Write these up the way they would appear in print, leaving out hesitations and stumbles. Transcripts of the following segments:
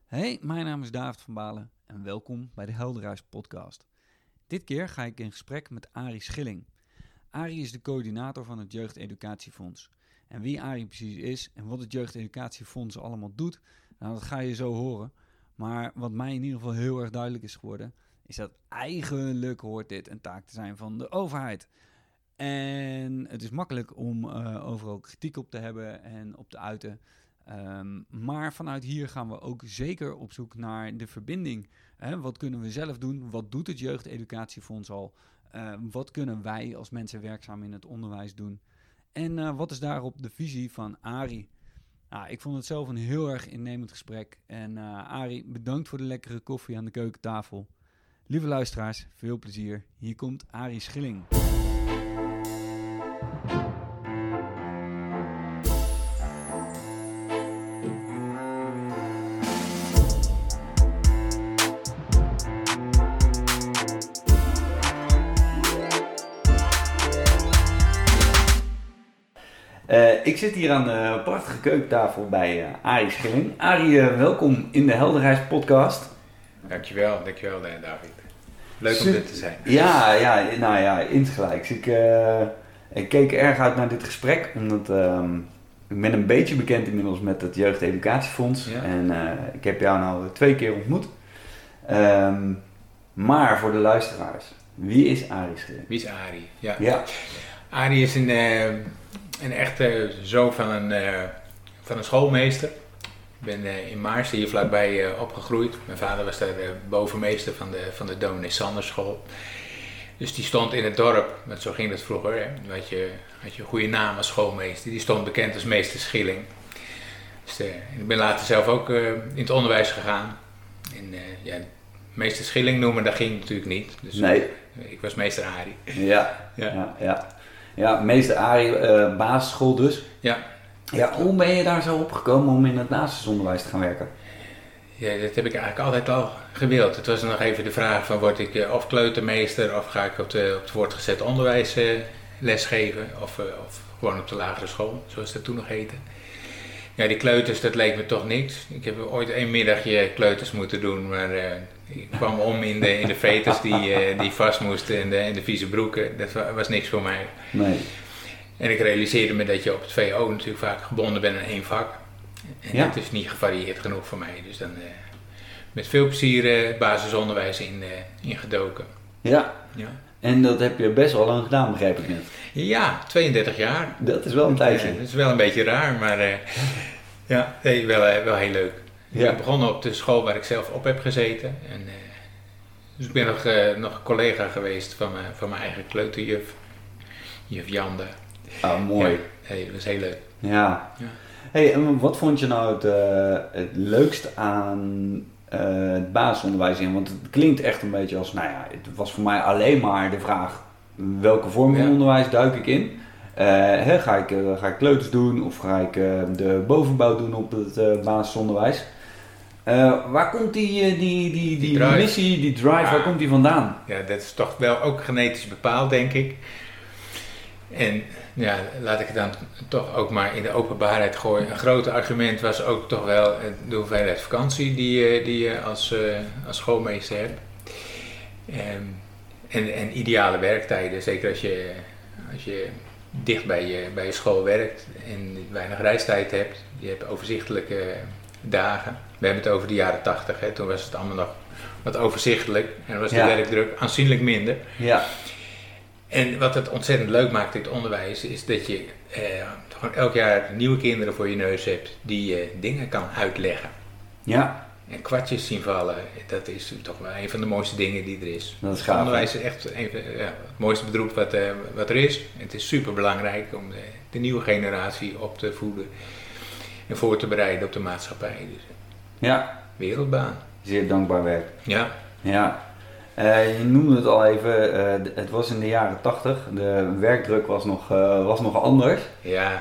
Hey, mijn naam is David van Balen en welkom bij de Helderhuis podcast. Dit keer ga ik in gesprek met Arie Schilling. Arie is de coördinator van het Jeugdeducatiefonds. En wie Arie precies is en wat het Jeugdeducatiefonds allemaal doet, nou, dat ga je zo horen. Maar wat mij in ieder geval heel erg duidelijk is geworden, is dat eigenlijk hoort dit een taak te zijn van de overheid. En het is makkelijk om overal kritiek op te hebben en op te uiten. Maar vanuit hier gaan we ook zeker op zoek naar de verbinding. Wat kunnen we zelf doen? Wat doet het Jeugdeducatiefonds al? Wat kunnen wij als mensen werkzaam in het onderwijs doen? En wat is daarop de visie van Arie? Ik vond het zelf een heel erg innemend gesprek. En Arie, bedankt voor de lekkere koffie aan de keukentafel. Lieve luisteraars, veel plezier. Hier komt Arie Schilling. Ik zit hier aan de prachtige keukentafel bij Arie Schilling. Arie, welkom in de Helderhuis podcast. Dankjewel David. Leuk om dit te zijn. Ja, insgelijks. Ik keek erg uit naar dit gesprek, omdat ik ben een beetje bekend inmiddels met het Jeugdeducatiefonds. Ja. En ik heb jou nou 2 keer ontmoet. Maar voor de luisteraars, wie is Arie Schilling? Wie is Arie? Ja. Arie is een echte zoon van een schoolmeester. Ik ben in Maarsen hier vlakbij opgegroeid. Mijn vader was daar bovenmeester van de Dominee Sanders school. Dus die stond in het dorp, want zo ging dat vroeger. Hè. Had je een goede naam als schoolmeester. Die stond bekend als meester Schilling. Dus, ik ben later zelf ook in het onderwijs gegaan. En meester Schilling noemen, dat ging natuurlijk niet. Dus nee. Ik was meester Arie. Ja, meester Arie, basisschool dus. Ja, hoe ben je daar zo opgekomen om in het basisonderwijs te gaan werken? Ja, dat heb ik eigenlijk altijd al gewild. Het was nog even de vraag van, word ik of kleutermeester of ga ik op het voortgezet onderwijs lesgeven of gewoon op de lagere school, zoals dat toen nog heette. Ja, die kleuters, dat leek me toch niks. Ik heb ooit 1 middagje kleuters moeten doen, maar ik kwam om in de veters die vast moesten en de vieze broeken. Dat was niks voor mij. Nee. En ik realiseerde me dat je op het VO natuurlijk vaak gebonden bent aan 1 vak. En dat is niet gevarieerd genoeg voor mij. Dus dan met veel plezier basisonderwijs ingedoken. Ja. En dat heb je best wel lang gedaan, begrijp ik net. Ja, 32 jaar. Dat is wel een tijdje. Dat is wel een beetje raar, maar wel heel leuk. Ja. Ik ben begonnen op de school waar ik zelf op heb gezeten. Dus ik ben nog collega geweest van mijn eigen kleuterjuf, juf Jande. Mooi. Ja, dat was heel leuk. Ja. Hey, en wat vond je nou het leukst aan het basisonderwijs in? Want het klinkt echt een beetje als, het was voor mij alleen maar de vraag, welke vorm van onderwijs duik ik in? Ga ik kleuters doen of ga ik de bovenbouw doen op het basisonderwijs? Waar komt die drive. Missie, die drive, waar komt die vandaan? Ja, dat is toch wel ook genetisch bepaald, denk ik. En ja, laat ik het dan toch ook maar in de openbaarheid gooien. Een groot argument was ook toch wel de hoeveelheid vakantie die je als schoolmeester hebt. En ideale werktijden, zeker als je dicht bij je school werkt en weinig reistijd hebt. Je hebt overzichtelijke dagen. We hebben het over de jaren 80, hè. Toen was het allemaal nog wat overzichtelijk en was de werkdruk aanzienlijk minder. Ja. En wat het ontzettend leuk maakt in het onderwijs is dat je gewoon elk jaar nieuwe kinderen voor je neus hebt die je dingen kan uitleggen. Ja. En kwartjes zien vallen, dat is toch wel een van de mooiste dingen die er is. Dat is gaaf. Het onderwijs is echt het mooiste beroep wat er is. En het is super belangrijk om de nieuwe generatie op te voeden en voor te bereiden op de maatschappij. Dus, wereldbaan. Zeer dankbaar werk. Ja. Je noemde het al even, het was in de jaren 80, de werkdruk was nog anders. Ja.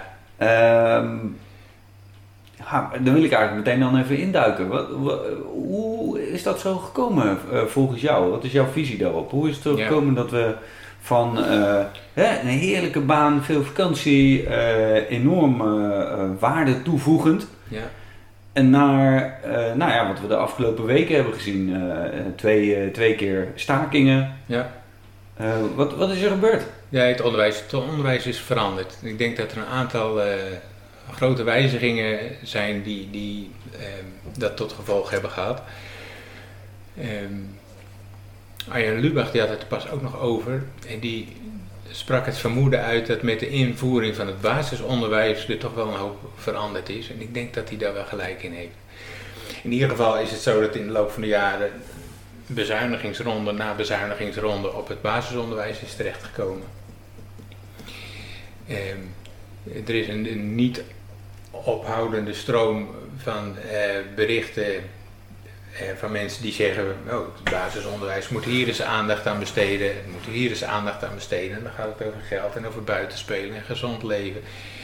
Dan wil ik eigenlijk meteen dan even induiken. Hoe is dat zo gekomen volgens jou? Wat is jouw visie daarop? Hoe is het zo gekomen dat we van een heerlijke baan, veel vakantie, enorm waarde toevoegend, En naar wat we de afgelopen weken hebben gezien. Twee keer stakingen. Ja. Wat is er gebeurd? Ja, het onderwijs is veranderd. Ik denk dat er een aantal grote wijzigingen zijn die dat tot gevolg hebben gehad. Arjen Lubach die had het er pas ook nog over. En die sprak het vermoeden uit dat met de invoering van het basisonderwijs er toch wel een hoop veranderd is. En ik denk dat hij daar wel gelijk in heeft. In ieder geval is het zo dat in de loop van de jaren bezuinigingsronde na bezuinigingsronde op het basisonderwijs is terechtgekomen. Er is een niet ophoudende stroom van berichten van mensen die zeggen, het basisonderwijs moet hier eens aandacht aan besteden, moet hier eens aandacht aan besteden. En dan gaat het over geld en over buitenspelen en gezond leven.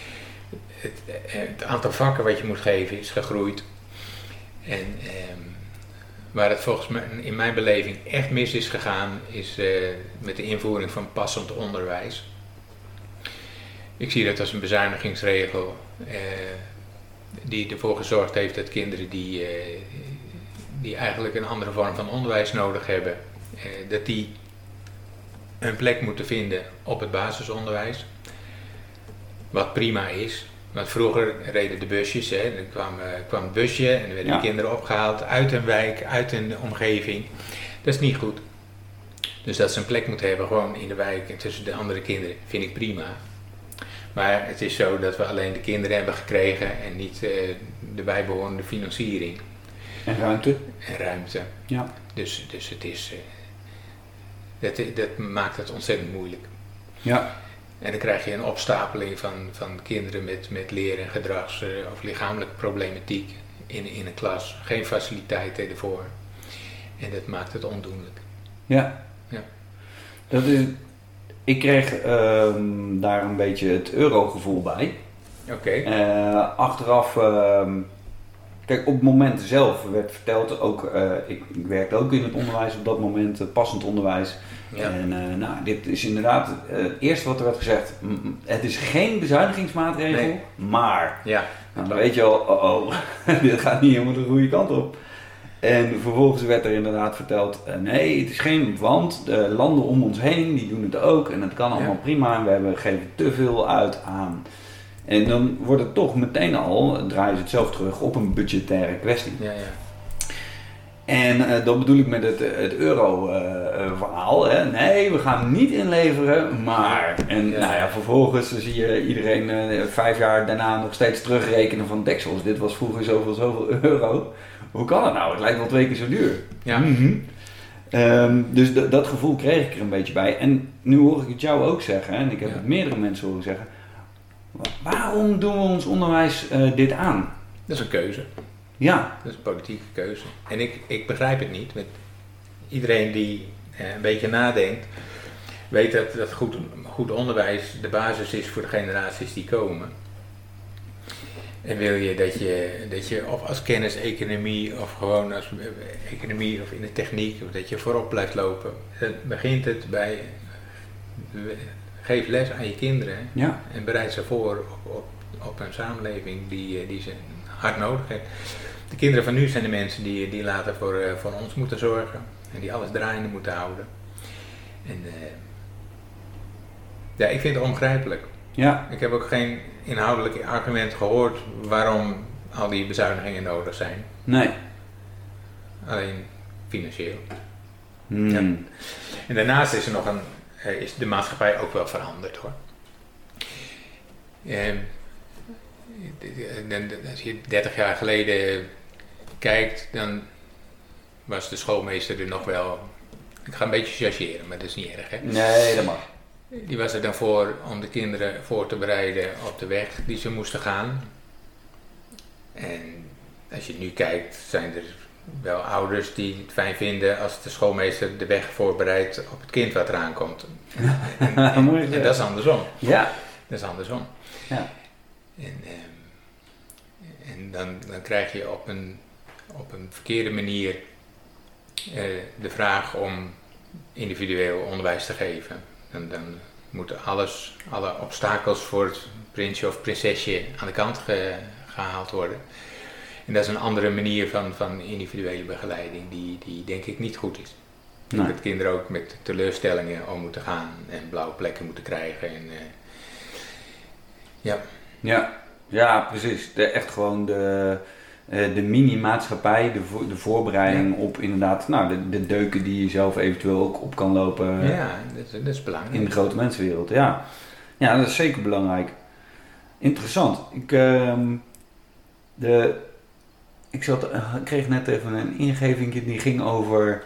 Het aantal vakken wat je moet geven is gegroeid. En waar het volgens mij in mijn beleving echt mis is gegaan, is met de invoering van passend onderwijs. Ik zie dat als een bezuinigingsregel die ervoor gezorgd heeft dat kinderen die eigenlijk een andere vorm van onderwijs nodig hebben, dat die een plek moeten vinden op het basisonderwijs. Wat prima is. Want vroeger reden de busjes, dan kwam het busje en dan werden de kinderen opgehaald uit een wijk, uit een omgeving. Dat is niet goed. Dus dat ze een plek moeten hebben gewoon in de wijk en tussen de andere kinderen, vind ik prima. Maar het is zo dat we alleen de kinderen hebben gekregen en niet de bijbehorende financiering. En ruimte. Ja. Dus het is, dat maakt het ontzettend moeilijk. Ja. En dan krijg je een opstapeling van kinderen met leren, gedrags- of lichamelijke problematiek in een klas. Geen faciliteiten ervoor. En dat maakt het ondoenlijk. Ja. Ik kreeg daar een beetje het eurogevoel bij. Oké. Achteraf, kijk, op het moment zelf werd verteld, ook, ik werkte ook in het onderwijs op dat moment, passend onderwijs. Ja. En dit is inderdaad het eerste wat er werd gezegd. Het is geen bezuinigingsmaatregel, maar. Ja. Nou, dan weet je al, dit gaat niet helemaal de goede kant op. En vervolgens werd er inderdaad verteld, nee, het is geen, want de landen om ons heen, die doen het ook en het kan allemaal prima en we geven te veel uit aan. En dan wordt het toch meteen al, draaien ze het zelf terug op een budgettaire kwestie. Ja. En dat bedoel ik met het euro-verhaal. Nee, we gaan niet inleveren, maar. En vervolgens zie je iedereen 5 jaar daarna nog steeds terugrekenen van deksels. Dit was vroeger zoveel euro. Hoe kan het nou? Het lijkt wel 2 keer zo duur. Ja. Mm-hmm. Dus dat gevoel kreeg ik er een beetje bij. En nu hoor ik het jou ook zeggen, en ik heb het meerdere mensen horen zeggen. Waarom doen we ons onderwijs dit aan? Dat is een keuze. Ja. Dat is een politieke keuze. En ik begrijp het niet. Met iedereen die een beetje nadenkt, weet dat goed onderwijs de basis is voor de generaties die komen. En wil je dat je of als kenniseconomie of gewoon als economie of in de techniek, of dat je voorop blijft lopen, dan begint het bij geef les aan je kinderen en bereid ze voor op een samenleving die ze hard nodig heeft. De kinderen van nu zijn de mensen die later voor ons moeten zorgen en die alles draaiende moeten houden. En ik vind het onbegrijpelijk. Ja. Ik heb ook geen inhoudelijk argument gehoord waarom al die bezuinigingen nodig zijn. Nee. Alleen financieel. Ja. En daarnaast is er is de maatschappij ook wel veranderd hoor. Als je 30 jaar geleden kijkt, dan was de schoolmeester er nog wel. Ik ga een beetje chargeren, maar dat is niet erg hè. Nee, dat mag. Die was er dan voor om de kinderen voor te bereiden op de weg die ze moesten gaan. En als je nu kijkt, zijn er wel ouders die het fijn vinden als de schoolmeester de weg voorbereidt op het kind wat eraan komt. En dat is andersom. Ja. Dat is andersom. Ja. En dan krijg je op een verkeerde manier de vraag om individueel onderwijs te geven. Dan moeten alle obstakels voor het prinsje of prinsesje aan de kant gehaald worden. En dat is een andere manier van individuele begeleiding die denk ik niet goed is. Nee. Dat kinderen ook met teleurstellingen om moeten gaan en blauwe plekken moeten krijgen. En, Ja, precies. Echt gewoon de mini-maatschappij, de voorbereiding op inderdaad de deuken die je zelf eventueel ook op kan lopen. Ja, dat is belangrijk. In de grote mensenwereld, ja. Ja, dat is zeker belangrijk. Interessant. Ik kreeg net even een ingeving die ging over...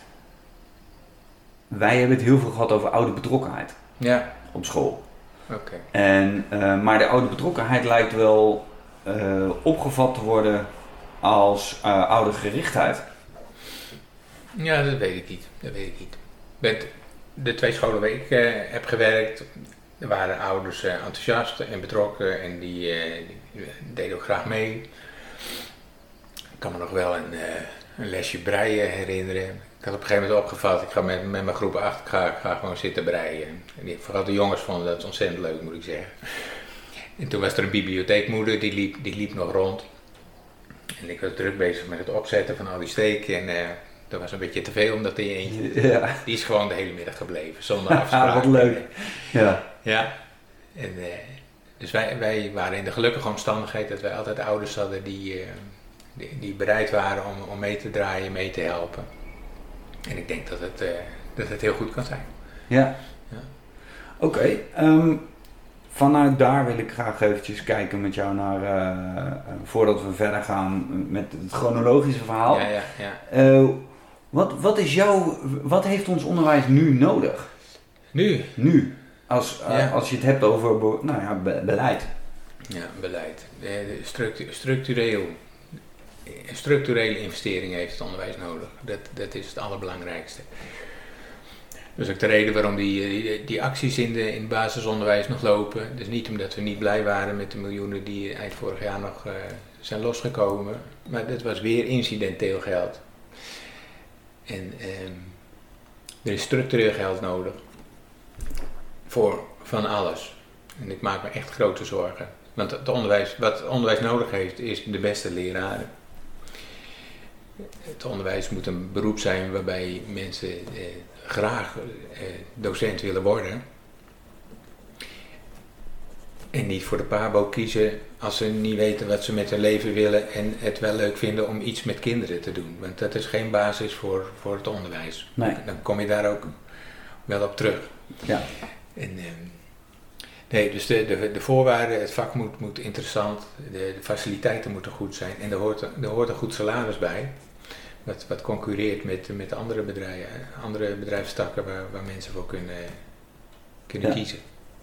Wij hebben het heel veel gehad over ouderbetrokkenheid op school. Okay. Maar de ouderbetrokkenheid lijkt wel opgevat te worden als oudergerichtheid. Ja, dat weet ik niet. Met de 2 scholen waar ik heb gewerkt, er waren ouders enthousiast en betrokken en die deden ook graag mee. Ik kan me nog wel een lesje breien herinneren. Ik had op een gegeven moment opgevat, ik ga met mijn groep 8 ga gewoon zitten breien. En vooral de jongens vonden dat ontzettend leuk, moet ik zeggen. En toen was er een bibliotheekmoeder, die liep nog rond. En ik was druk bezig met het opzetten van al die steken. En dat was een beetje te veel om dat in je eentje. Ja. Die is gewoon de hele middag gebleven, zonder afspraak. Wat leuk. Ja. En, dus wij waren in de gelukkige omstandigheid dat wij altijd ouders hadden die bereid waren om mee te draaien, mee te helpen. En ik denk dat het heel goed kan zijn. Ja. Oké. Vanuit daar wil ik graag eventjes kijken met jou naar, voordat we verder gaan met het chronologische verhaal. Ja. Wat heeft ons onderwijs nu nodig? Nu. Als je het hebt over beleid. Ja, beleid. Structurele investeringen heeft het onderwijs nodig. Dat is het allerbelangrijkste. Dat is ook de reden waarom die acties in het basisonderwijs nog lopen. Dus niet omdat we niet blij waren met de miljoenen die eind vorig jaar nog zijn losgekomen. Maar dat was weer incidenteel geld. En er is structureel geld nodig. Voor van alles. En ik maak me echt grote zorgen. Want wat het onderwijs nodig heeft, is de beste leraren. Het onderwijs moet een beroep zijn waarbij mensen graag docent willen worden. En niet voor de pabo kiezen als ze niet weten wat ze met hun leven willen en het wel leuk vinden om iets met kinderen te doen. Want dat is geen basis voor het onderwijs. Nee. Dan kom je daar ook wel op terug. Ja. En, dus de voorwaarden, het vak moet interessant, de faciliteiten moeten goed zijn en er hoort een goed salaris bij. Wat concurreert met andere bedrijfstakken waar mensen voor kunnen kiezen.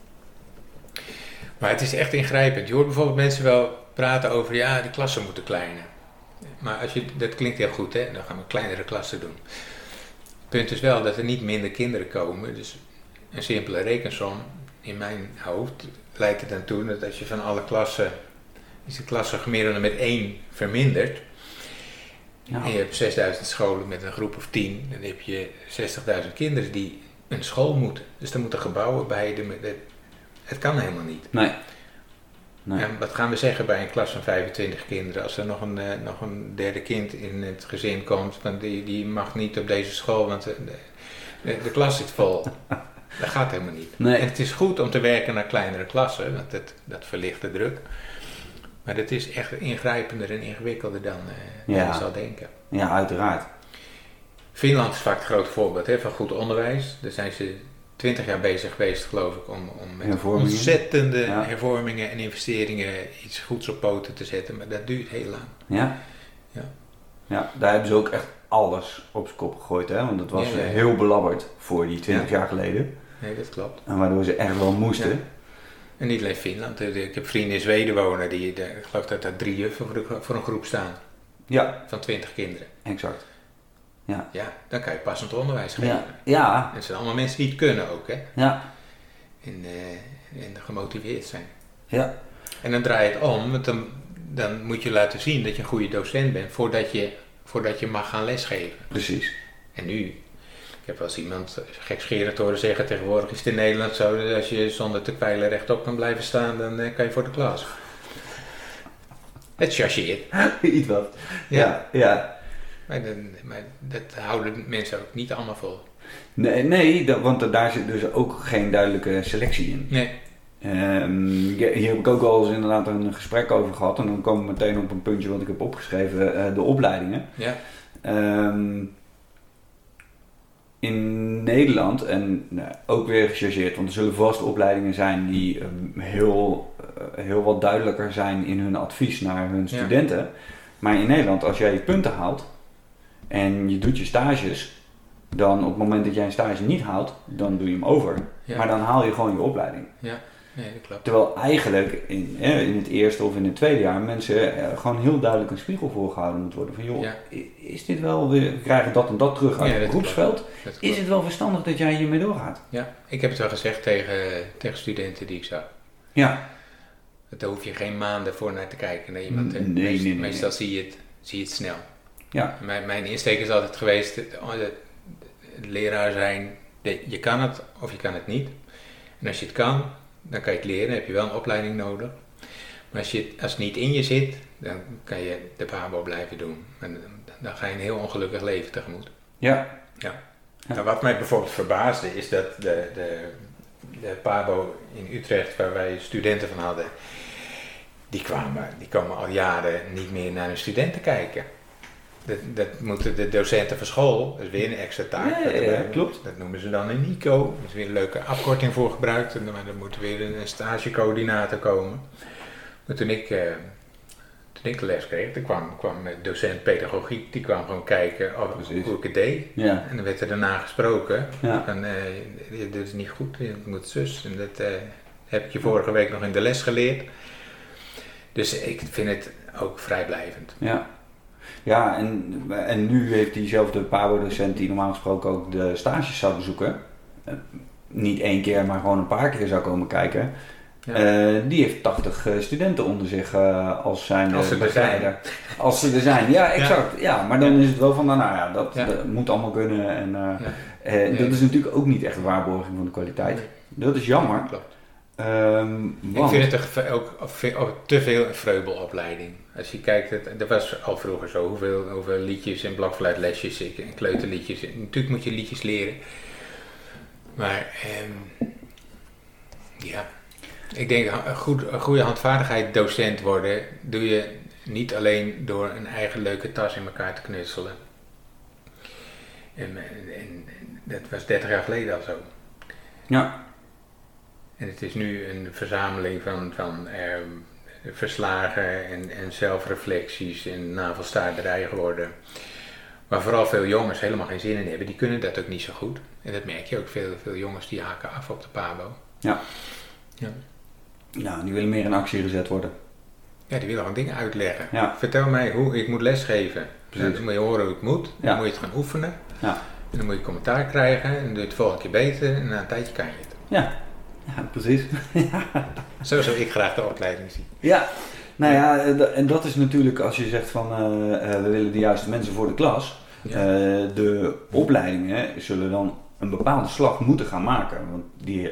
Maar het is echt ingrijpend. Je hoort bijvoorbeeld mensen wel praten over, de klassen moeten kleiner. Maar dat klinkt heel goed, hè? Dan gaan we kleinere klassen doen. Het punt is wel dat er niet minder kinderen komen. Dus een simpele rekensom in mijn hoofd leidt er dan toe dat als je van alle klassen, is de klasse gemiddelde met 1 vermindert. Ja. En je hebt 6000 scholen met een groep of 10, dan heb je 60.000 kinderen die een school moeten. Dus er moeten gebouwen bij. Het kan helemaal niet. Nee. En wat gaan we zeggen bij een klas van 25 kinderen als er nog een derde kind in het gezin komt, want die mag niet op deze school, want de klas zit vol. Dat gaat helemaal niet. Nee. En het is goed om te werken naar kleinere klassen, want dat verlicht de druk. Maar dat is echt ingrijpender en ingewikkelder dan je zou denken. Ja, uiteraard. Finland is vaak het grote voorbeeld van goed onderwijs. Daar zijn ze 20 jaar bezig geweest, geloof ik, om met ontzettende hervormingen en investeringen iets goeds op poten te zetten. Maar dat duurt heel lang. Ja, daar hebben ze ook echt alles op zijn kop gegooid, hè? Want dat was heel belabberd voor die 20 jaar geleden. Nee, dat klopt. En waardoor ze echt wel moesten. Ja. En niet alleen Finland. Ik heb vrienden in Zweden wonen, ik geloof dat daar 3 juffen voor een groep staan. Ja. Van 20 kinderen. Exact. Ja. Ja, dan kan je passend onderwijs geven. Ja. En het zijn allemaal mensen die het kunnen ook, hè. Ja. En gemotiveerd zijn. Ja. En dan draai je het om, want dan moet je laten zien dat je een goede docent bent voordat je mag gaan lesgeven. Precies. En nu, ik heb wel eens iemand gekscherend horen zeggen, tegenwoordig is het in Nederland zo dat als je zonder te kwijlen rechtop kan blijven staan, dan kan je voor de klas. Het chargeert. Iets wat. Ja. Maar dat houden mensen ook niet allemaal vol. Nee, want daar zit dus ook geen duidelijke selectie in. Nee. Hier heb ik ook wel eens inderdaad een gesprek over gehad. En dan komen we meteen op een puntje wat ik heb opgeschreven. De opleidingen. Ja. In Nederland, en ook weer gechargeerd, want er zullen vast opleidingen zijn die heel wat duidelijker zijn in hun advies naar hun studenten. Ja. Maar in Nederland, als jij je punten haalt en je doet je stages, dan op het moment dat jij een stage niet haalt, dan doe je hem over. Ja. Maar dan haal je gewoon je opleiding. Ja, nee, dat klopt. Terwijl eigenlijk in het eerste of in het tweede jaar mensen gewoon heel duidelijk een spiegel voorgehouden moet worden. Van joh, is dit wel, we krijgen dat en dat terug uit het beroepsveld. Is het wel verstandig dat jij hiermee doorgaat? Ja, ik heb het wel gezegd tegen studenten die ik zag. Ja. Daar hoef je geen maanden voor naar te kijken naar iemand. Nee. Meestal zie je het snel. Ja. Mijn insteek is altijd geweest, leraar zijn, je kan het of je kan het niet. En als je het kan, dan kan je het leren, dan heb je wel een opleiding nodig. Maar als het niet in je zit, dan kan je de PABO blijven doen. En dan ga je een heel ongelukkig leven tegemoet. Ja. Nou, wat mij bijvoorbeeld verbaasde is dat de PABO in Utrecht, waar wij studenten van hadden, die komen al jaren niet meer naar hun studenten kijken. Dat moeten de docenten van school, dat is weer een extra taak. Ja, klopt. Dat noemen ze dan een NICO, er is weer een leuke afkorting voor gebruikt, maar er moet weer een stagecoördinator komen. Maar toen ik les kreeg, toen kwam docent pedagogiek, die kwam gewoon kijken hoe ik het deed. Ja. En dan werd er daarna gesproken, van, dit is niet goed, het moet zus. En dat heb ik je vorige week nog in de les geleerd. Dus ik vind het ook vrijblijvend. Ja, en nu heeft diezelfde PABO-docent die normaal gesproken ook de stages zou bezoeken, niet 1 keer, maar gewoon een paar keer zou komen kijken. Die heeft 80 studenten onder zich als zijn begeleider. Als ze er zijn, ja, exact. Ja, maar dan is het wel van, dat moet allemaal kunnen. En dat is natuurlijk ook niet echt een waarborging van de kwaliteit. Dat is jammer. Klopt. Ik vind het ook te veel een vreubelopleiding. Als je kijkt, dat was al vroeger zo, hoeveel liedjes en blokfluitlesjes en kleuterliedjes. Natuurlijk moet je liedjes leren. Maar ik denk een goede handvaardigheid docent worden doe je niet alleen door een eigen leuke tas in elkaar te knutselen. En dat was 30 jaar geleden al zo. Ja. En het is nu een verzameling van verslagen en zelfreflecties en navelstaarderij geworden. Waar vooral veel jongens helemaal geen zin in hebben. Die kunnen dat ook niet zo goed. En dat merk je ook. Veel jongens die haken af op de PABO. Ja. Nou, die willen meer in actie gezet worden. Ja, die willen gewoon dingen uitleggen. Ja. Vertel mij hoe ik moet lesgeven. Dan moet je horen hoe het moet. Dan moet je het gaan oefenen. Ja. En dan moet je commentaar krijgen. En dan doe je het volgende keer beter. En na een tijdje kan je het. Ja, precies. Zo zou ik graag de opleiding zien. Ja, nou ja, en dat is natuurlijk als je zegt van we willen de juiste mensen voor de klas. Ja. De opleidingen zullen dan een bepaalde slag moeten gaan maken. Want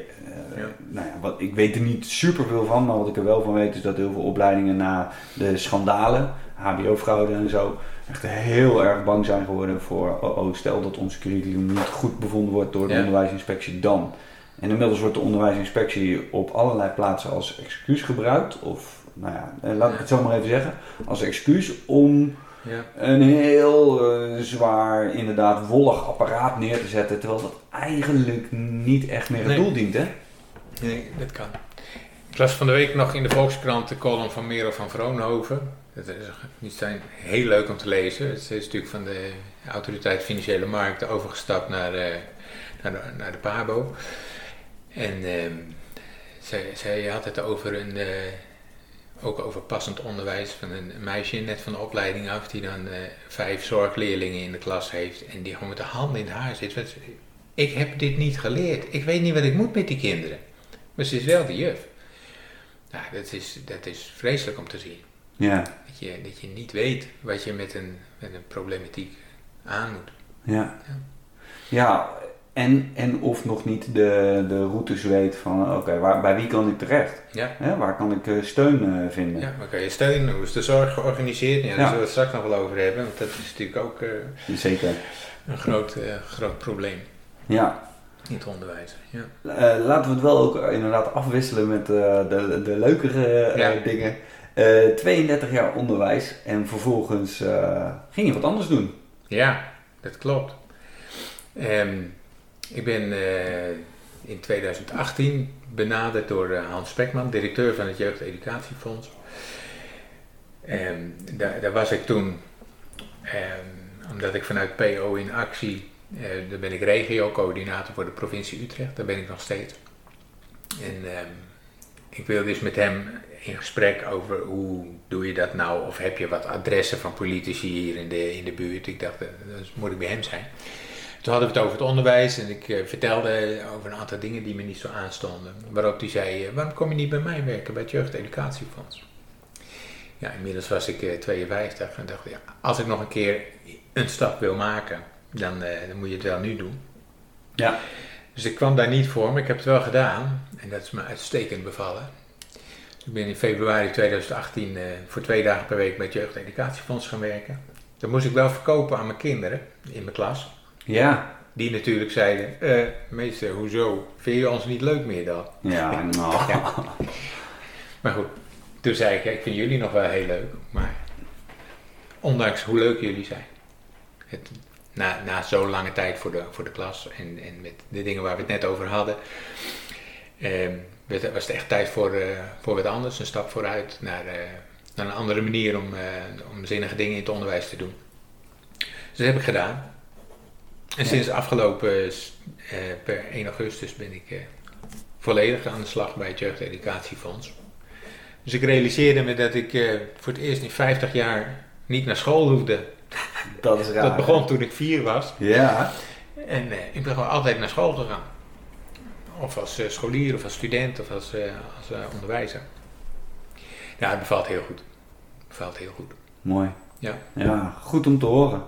ik weet er niet super veel van, maar wat ik er wel van weet is dat heel veel opleidingen na de schandalen, HBO-fraude en zo, echt heel erg bang zijn geworden voor, stel dat ons curriculum niet goed bevonden wordt door de onderwijsinspectie dan. En inmiddels wordt de onderwijsinspectie op allerlei plaatsen als excuus gebruikt, of laat ik het zo maar even zeggen, als excuus om een heel zwaar, inderdaad wollig apparaat neer te zetten, terwijl dat eigenlijk niet echt meer het doel dient, hè? Nee, dat kan. Ik las van de week nog in de Volkskrant de column van Merel van Vroonhoven. Die zijn heel leuk om te lezen. Het is natuurlijk van de Autoriteit Financiële Markten overgestapt naar de PABO. En zij had het over ook over passend onderwijs van een meisje net van de opleiding af die dan 5 zorgleerlingen in de klas heeft en die gewoon met de handen in het haar zit. Ik heb dit niet geleerd. Ik weet niet wat ik moet met die kinderen. Maar ze is wel de juf. Nou, dat is vreselijk om te zien. Ja. Dat je niet weet wat je met een problematiek aan moet. Ja, En of nog niet de routes weet van oké, bij wie kan ik terecht? Ja. Waar kan ik steun vinden? Ja, waar kan je steun? Hoe is de zorg georganiseerd? Ja, daar zullen we het straks nog wel over hebben, want dat is natuurlijk ook Zeker. een groot probleem. Ja. In het onderwijs. Ja. Laten we het wel ook inderdaad afwisselen met de leukere dingen. 32 jaar onderwijs en vervolgens ging je wat anders doen. Ja, dat klopt. Ik ben in 2018 benaderd door Hans Spekman, directeur van het Jeugdeducatiefonds. Daar was ik toen, omdat ik vanuit PO in actie, daar ben ik regio-coördinator voor de provincie Utrecht, daar ben ik nog steeds. En ik wilde dus met hem in gesprek over hoe doe je dat nou, of heb je wat adressen van politici hier in de buurt. Ik dacht, dat moet ik bij hem zijn. Toen hadden we het over het onderwijs en ik vertelde over een aantal dingen die me niet zo aanstonden. Waarop hij zei, waarom kom je niet bij mij werken, bij het Jeugdeducatiefonds? Ja, inmiddels was ik 52 en dacht, ja, als ik nog een keer een stap wil maken, dan moet je het wel nu doen. Ja. Dus ik kwam daar niet voor, maar ik heb het wel gedaan en dat is me uitstekend bevallen. Ik ben in februari 2018 voor 2 dagen per week bij het Jeugdeducatiefonds gaan werken. Dat moest ik wel verkopen aan mijn kinderen in mijn klas. Ja. Die natuurlijk zeiden, meester, hoezo? Vind je ons niet leuk meer dan? Ja, nou. Ja. Maar goed, toen zei ik vind jullie nog wel heel leuk, maar ondanks hoe leuk jullie zijn, na zo'n lange tijd voor de klas en met de dingen waar we het net over hadden, was het echt tijd voor wat anders, een stap vooruit naar een andere manier om zinnige dingen in het onderwijs te doen. Dus dat heb ik gedaan. En sinds afgelopen per 1 augustus ben ik volledig aan de slag bij het Jeugdeducatiefonds. Dus ik realiseerde me dat ik voor het eerst in 50 jaar niet naar school hoefde. Dat is raar. Dat begon toen ik 4 was. Ja. En ik ben gewoon altijd naar school gegaan. Of als scholier, of als student, of als onderwijzer. Ja, het bevalt heel goed. Mooi. Ja. Ja, goed om te horen.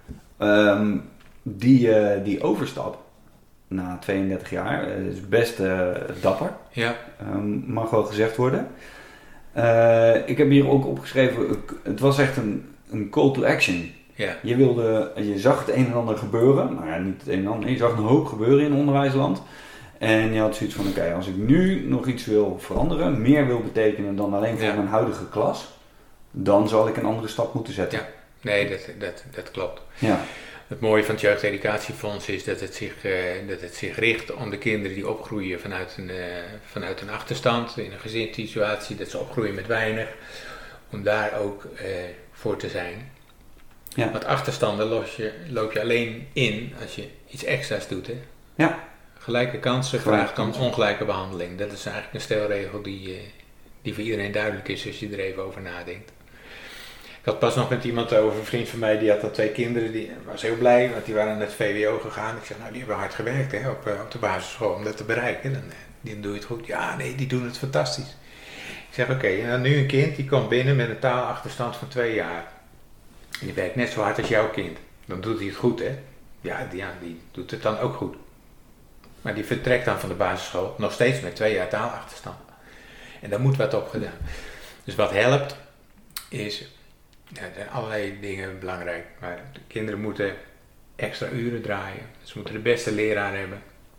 Die overstap na 32 jaar is best dapper. Ja. Mag wel gezegd worden. Ik heb hier ook opgeschreven, het was echt een call to action. Ja. Je zag het een en ander gebeuren. Nou ja, niet het een en ander. Je zag een hoop gebeuren in onderwijsland. En je had zoiets van, oké, als ik nu nog iets wil veranderen, meer wil betekenen dan alleen voor mijn huidige klas, dan zal ik een andere stap moeten zetten. Ja, nee, dat klopt. Ja. Het mooie van het Jeugdeducatiefonds is dat het zich richt om de kinderen die opgroeien vanuit een achterstand, in een gezinssituatie, dat ze opgroeien met weinig, om daar ook voor te zijn. Ja. Want achterstanden loop je alleen in als je iets extra's doet. Hè? Ja. Gelijke kansen vraagt om ongelijke behandeling. Dat is eigenlijk een stelregel die voor iedereen duidelijk is als je er even over nadenkt. Ik had pas nog met iemand over, een vriend van mij, die had al 2 kinderen, die was heel blij, want die waren naar het VWO gegaan. Ik zeg, nou die hebben hard gewerkt hè, op de basisschool om dat te bereiken. Dan doe je het goed. Ja, nee, die doen het fantastisch. Ik zeg, oké, en dan nu een kind die komt binnen met een taalachterstand van 2 jaar. En die werkt net zo hard als jouw kind. Dan doet hij het goed, hè? Ja, die doet het dan ook goed. Maar die vertrekt dan van de basisschool nog steeds met 2 jaar taalachterstand. En daar moet wat op gedaan. Dus wat helpt is, er zijn allerlei dingen belangrijk. Maar de kinderen moeten extra uren draaien. Ze moeten de beste leraar hebben.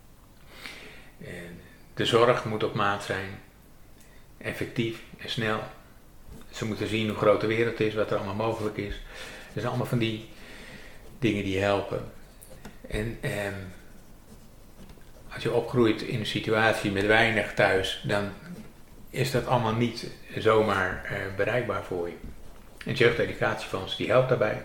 De zorg moet op maat zijn. Effectief en snel. Ze moeten zien hoe groot de wereld is, wat er allemaal mogelijk is. Dat zijn allemaal van die dingen die helpen. En als je opgroeit in een situatie met weinig thuis, dan is dat allemaal niet zomaar bereikbaar voor je. En het Jeugdeducatiefonds die helpt daarbij.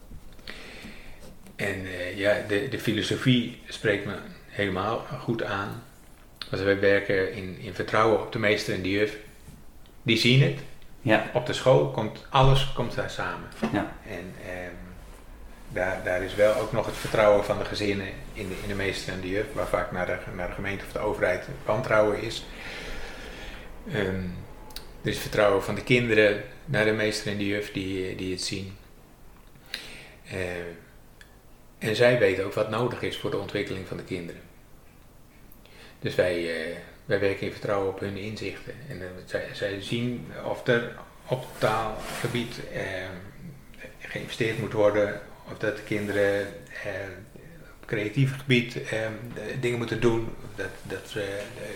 En de filosofie spreekt me helemaal goed aan. Want wij werken in vertrouwen op de meester en de juf. Die zien het. Ja. Op de school komt alles daar samen. Ja. En daar is wel ook nog het vertrouwen van de gezinnen in de meester en de juf, waar vaak naar de gemeente of de overheid wantrouwen is. Er is vertrouwen van de kinderen naar de meester en de juf die het zien. En zij weten ook wat nodig is voor de ontwikkeling van de kinderen. Dus wij werken in vertrouwen op hun inzichten. En zij zien of er op taalgebied geïnvesteerd moet worden, of dat de kinderen op creatief gebied dingen moeten doen, dat ze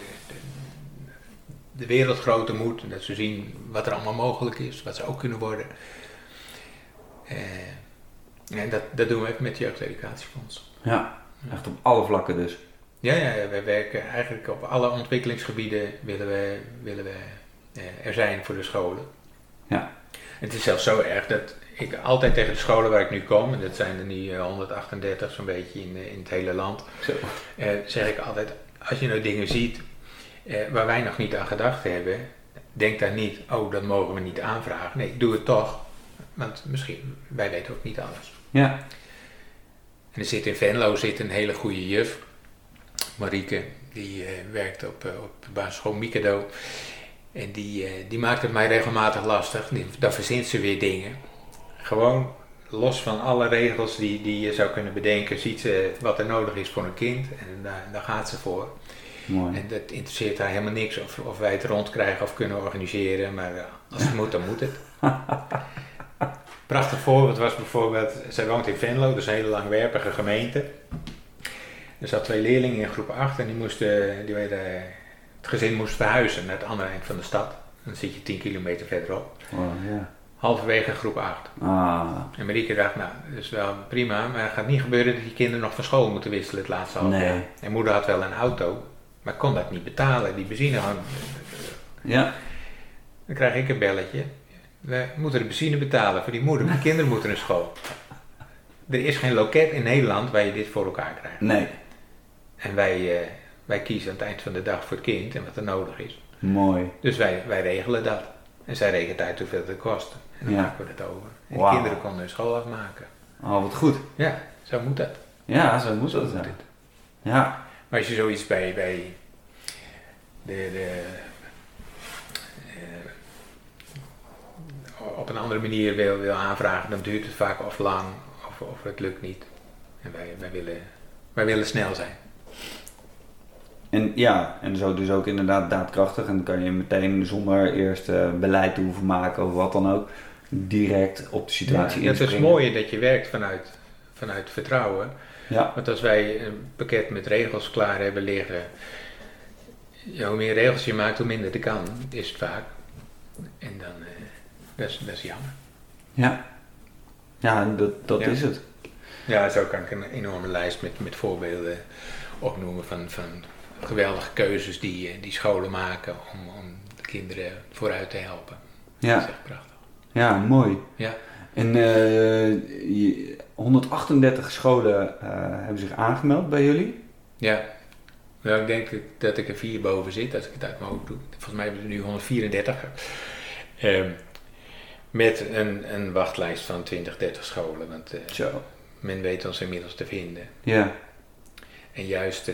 de wereld groter moet, dat ze zien wat er allemaal mogelijk is, wat ze ook kunnen worden. En dat doen we even met het Jeugdeducatiefonds. Ja, echt op alle vlakken dus. Ja, wij werken eigenlijk op alle ontwikkelingsgebieden willen we er zijn voor de scholen. Ja. Het is zelfs zo erg dat ik altijd tegen de scholen waar ik nu kom, en dat zijn er nu 138 zo'n beetje in het hele land, zeg ik altijd, als je nou dingen ziet waar wij nog niet aan gedacht hebben, denk daar niet, oh dat mogen we niet aanvragen. Nee, doe het toch, want misschien, wij weten ook niet alles. Ja. En er zit in Venlo een hele goede juf, Marieke, die werkt op de basisschool Mikado. En die maakt het mij regelmatig lastig. Dan verzint ze weer dingen. Gewoon los van alle regels die je zou kunnen bedenken, ziet ze wat er nodig is voor een kind. En daar gaat ze voor. Mooi. En dat interesseert haar helemaal niks of wij het rondkrijgen of kunnen organiseren. Maar als het moet, dan moet het. Prachtig voorbeeld was bijvoorbeeld, zij woont in Venlo, dus een hele langwerpige gemeente. Er zat 2 leerlingen in groep 8 en het gezin moest verhuizen naar het andere eind van de stad. Dan zit je 10 kilometer verderop. Oh, ja. Halverwege groep 8. En Marieke dacht, nou, dat is wel prima, maar het gaat niet gebeuren dat die kinderen nog van school moeten wisselen het laatste half jaar. Nee. En moeder had wel een auto, maar kon dat niet betalen, die benzine. Ja. Dan krijg ik een belletje. We moeten de benzine betalen voor die moeder, de kinderen moeten naar school. Er is geen loket in Nederland waar je dit voor elkaar krijgt. Nee. En wij kiezen aan het eind van de dag voor het kind en wat er nodig is. Mooi. Dus wij regelen dat. En zij rekent uit hoeveel het kost. En dan maken we het over. En de kinderen konden hun school afmaken. Oh, wat goed. Ja, zo moet dat. Ja, zo moet dat zijn. Ja. Maar als je zoiets bij op een andere manier wil aanvragen, dan duurt het vaak of lang of het lukt niet. En wij willen snel zijn. En ja, en zo dus ook inderdaad daadkrachtig. En dan kan je meteen zonder eerst beleid te hoeven maken of wat dan ook, direct op de situatie inspringen. Het is mooi dat je werkt vanuit vertrouwen. Ja. Want als wij een pakket met regels klaar hebben liggen, ja, hoe meer regels je maakt, hoe minder het kan, is het vaak. En dan, dat is jammer. Ja. Ja, dat is het. Ja, zo kan ik een enorme lijst met voorbeelden opnoemen van geweldige keuzes die scholen maken om de kinderen vooruit te helpen. Ja. Dat is echt prachtig. Ja, mooi. Ja. En 138 scholen hebben zich aangemeld bij jullie? Ja. Nou, ik denk dat ik er 4 boven zit, als ik het uit mijn hoofd doe. Volgens mij hebben we er nu 134. Met een wachtlijst van 20, 30 scholen. Want men weet ons inmiddels te vinden. Ja. En juist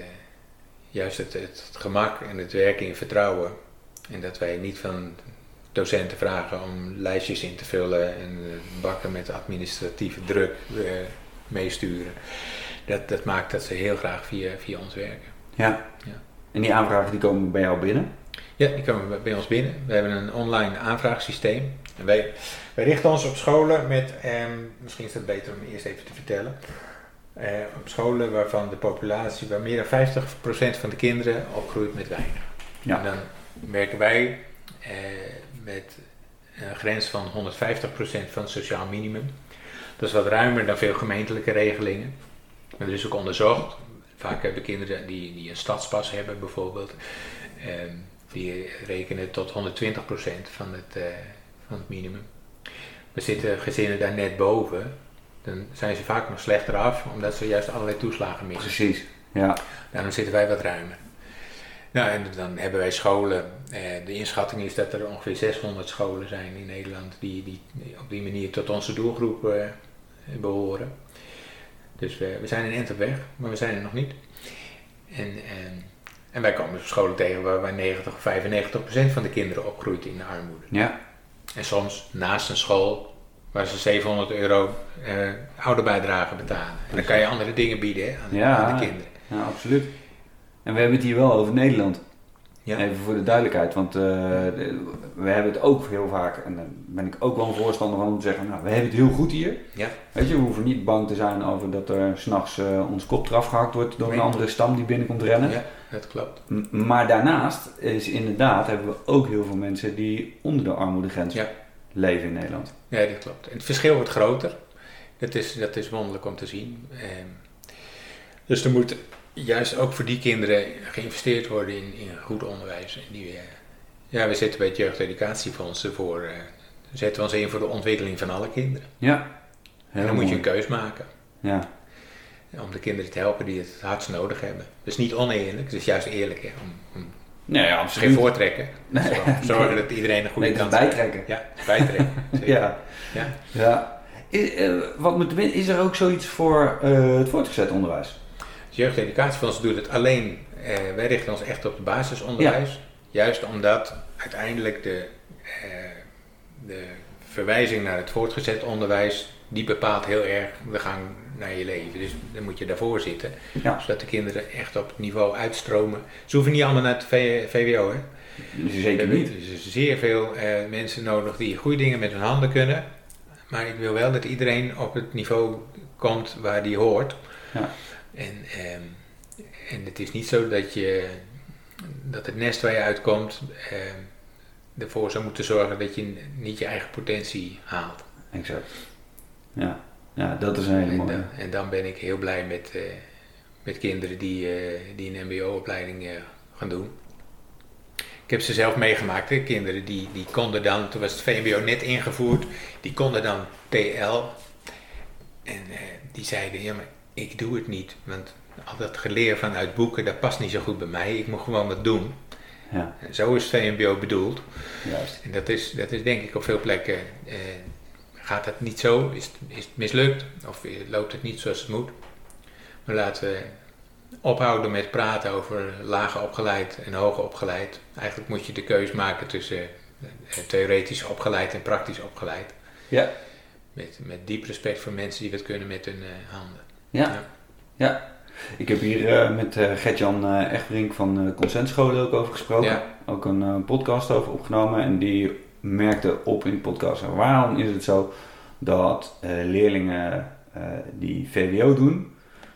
het gemak en het werken in vertrouwen. En dat wij niet van docenten vragen om lijstjes in te vullen en bakken met administratieve druk meesturen. Dat maakt dat ze heel graag via ons werken. Ja. En die aanvragen die komen bij jou binnen? Ja, die komen bij ons binnen. We hebben een online aanvraagsysteem. En wij richten ons op scholen met, misschien is het beter om eerst even te vertellen, op scholen waarvan de populatie, waar meer dan 50% van de kinderen opgroeit met weinig. Ja. En dan werken wij met een grens van 150% van het sociaal minimum. Dat is wat ruimer dan veel gemeentelijke regelingen. We hebben dus ook onderzocht. Vaak hebben kinderen die een stadspas hebben bijvoorbeeld, die rekenen tot 120% van het minimum. We zitten gezinnen daar net boven, dan zijn ze vaak nog slechter af, omdat ze juist allerlei toeslagen missen. Precies, ja. Daarom zitten wij wat ruimer. Nou, en dan hebben wij scholen. De inschatting is dat er ongeveer 600 scholen zijn in Nederland die op die manier tot onze doelgroep behoren. Dus we zijn een eind op weg, maar we zijn er nog niet. En wij komen scholen tegen waar 90 of 95% van de kinderen opgroeit in de armoede. Ja. En soms naast een school waar ze €700 ouderbijdrage betalen. En dan kan je andere dingen bieden aan de kinderen. Ja, absoluut. En we hebben het hier wel over Nederland. Ja. Even voor de duidelijkheid, want we hebben het ook heel vaak, en daar ben ik ook wel een voorstander van om te zeggen, nou, we hebben het heel goed hier. Ja. Weet je, we hoeven niet bang te zijn over dat er 's nachts ons kop eraf gehakt wordt door een andere stam die binnenkomt rennen. Ja, dat klopt. Maar daarnaast is inderdaad, hebben we ook heel veel mensen die onder de armoedegrens leven in Nederland. Ja, dat klopt. En het verschil wordt groter. Dat is wonderlijk om te zien. Dus er moet juist ook voor die kinderen geïnvesteerd worden in goed onderwijs. We zitten bij het Jeugdeducatiefonds ervoor. Zetten we ons in voor de ontwikkeling van alle kinderen. Ja. En dan moet je een keus maken. Ja. Om de kinderen te helpen die het hardst nodig hebben. Dus niet oneerlijk, het is juist eerlijk. Hè? Nee, ja, geen voortrekken. Nee. Zorgen dat iedereen een goede kans heeft. Bijtrekken. Ja, bijtrekken. Ja. Is er ook zoiets voor het voortgezet onderwijs? Het Jeugdeducatiefonds doet het alleen. Wij richten ons echt op het basisonderwijs. Ja. Juist omdat uiteindelijk de verwijzing naar het voortgezet onderwijs, die bepaalt heel erg de gang naar je leven. Dus dan moet je daarvoor zitten. Ja. Zodat de kinderen echt op het niveau uitstromen. Ze hoeven niet allemaal naar het VWO. Hè? Zeker niet. Er zijn zeer veel mensen nodig die goede dingen met hun handen kunnen. Maar ik wil wel dat iedereen op het niveau komt waar die hoort. Ja. En het is niet zo dat het nest waar je uitkomt ervoor zou moeten zorgen dat je niet je eigen potentie haalt. Exact. Ja, dat is een hele mooie. En dan ben ik heel blij met kinderen die een mbo-opleiding gaan doen. Ik heb ze zelf meegemaakt, hè? Kinderen die konden dan, toen was het VMBO net ingevoerd, die konden dan TL. En die zeiden, ja maar ik doe het niet, want al dat geleer vanuit boeken, dat past niet zo goed bij mij, ik moet gewoon wat doen. Ja. En zo is het VMBO bedoeld. Juist. En dat is denk ik op veel plekken, gaat dat niet zo, is het mislukt of loopt het niet zoals het moet. Maar laten we ophouden met praten over lager opgeleid en hoger opgeleid. Eigenlijk moet je de keus maken tussen theoretisch opgeleid en praktisch opgeleid. Ja. Met diep respect voor mensen die wat kunnen met hun handen. Ja. Ik heb hier met Gert-Jan Echtbrink van Consentscholen ook over gesproken. Ja. Ook een podcast over opgenomen. En die merkte op in de podcast, waarom is het zo dat leerlingen die VWO doen,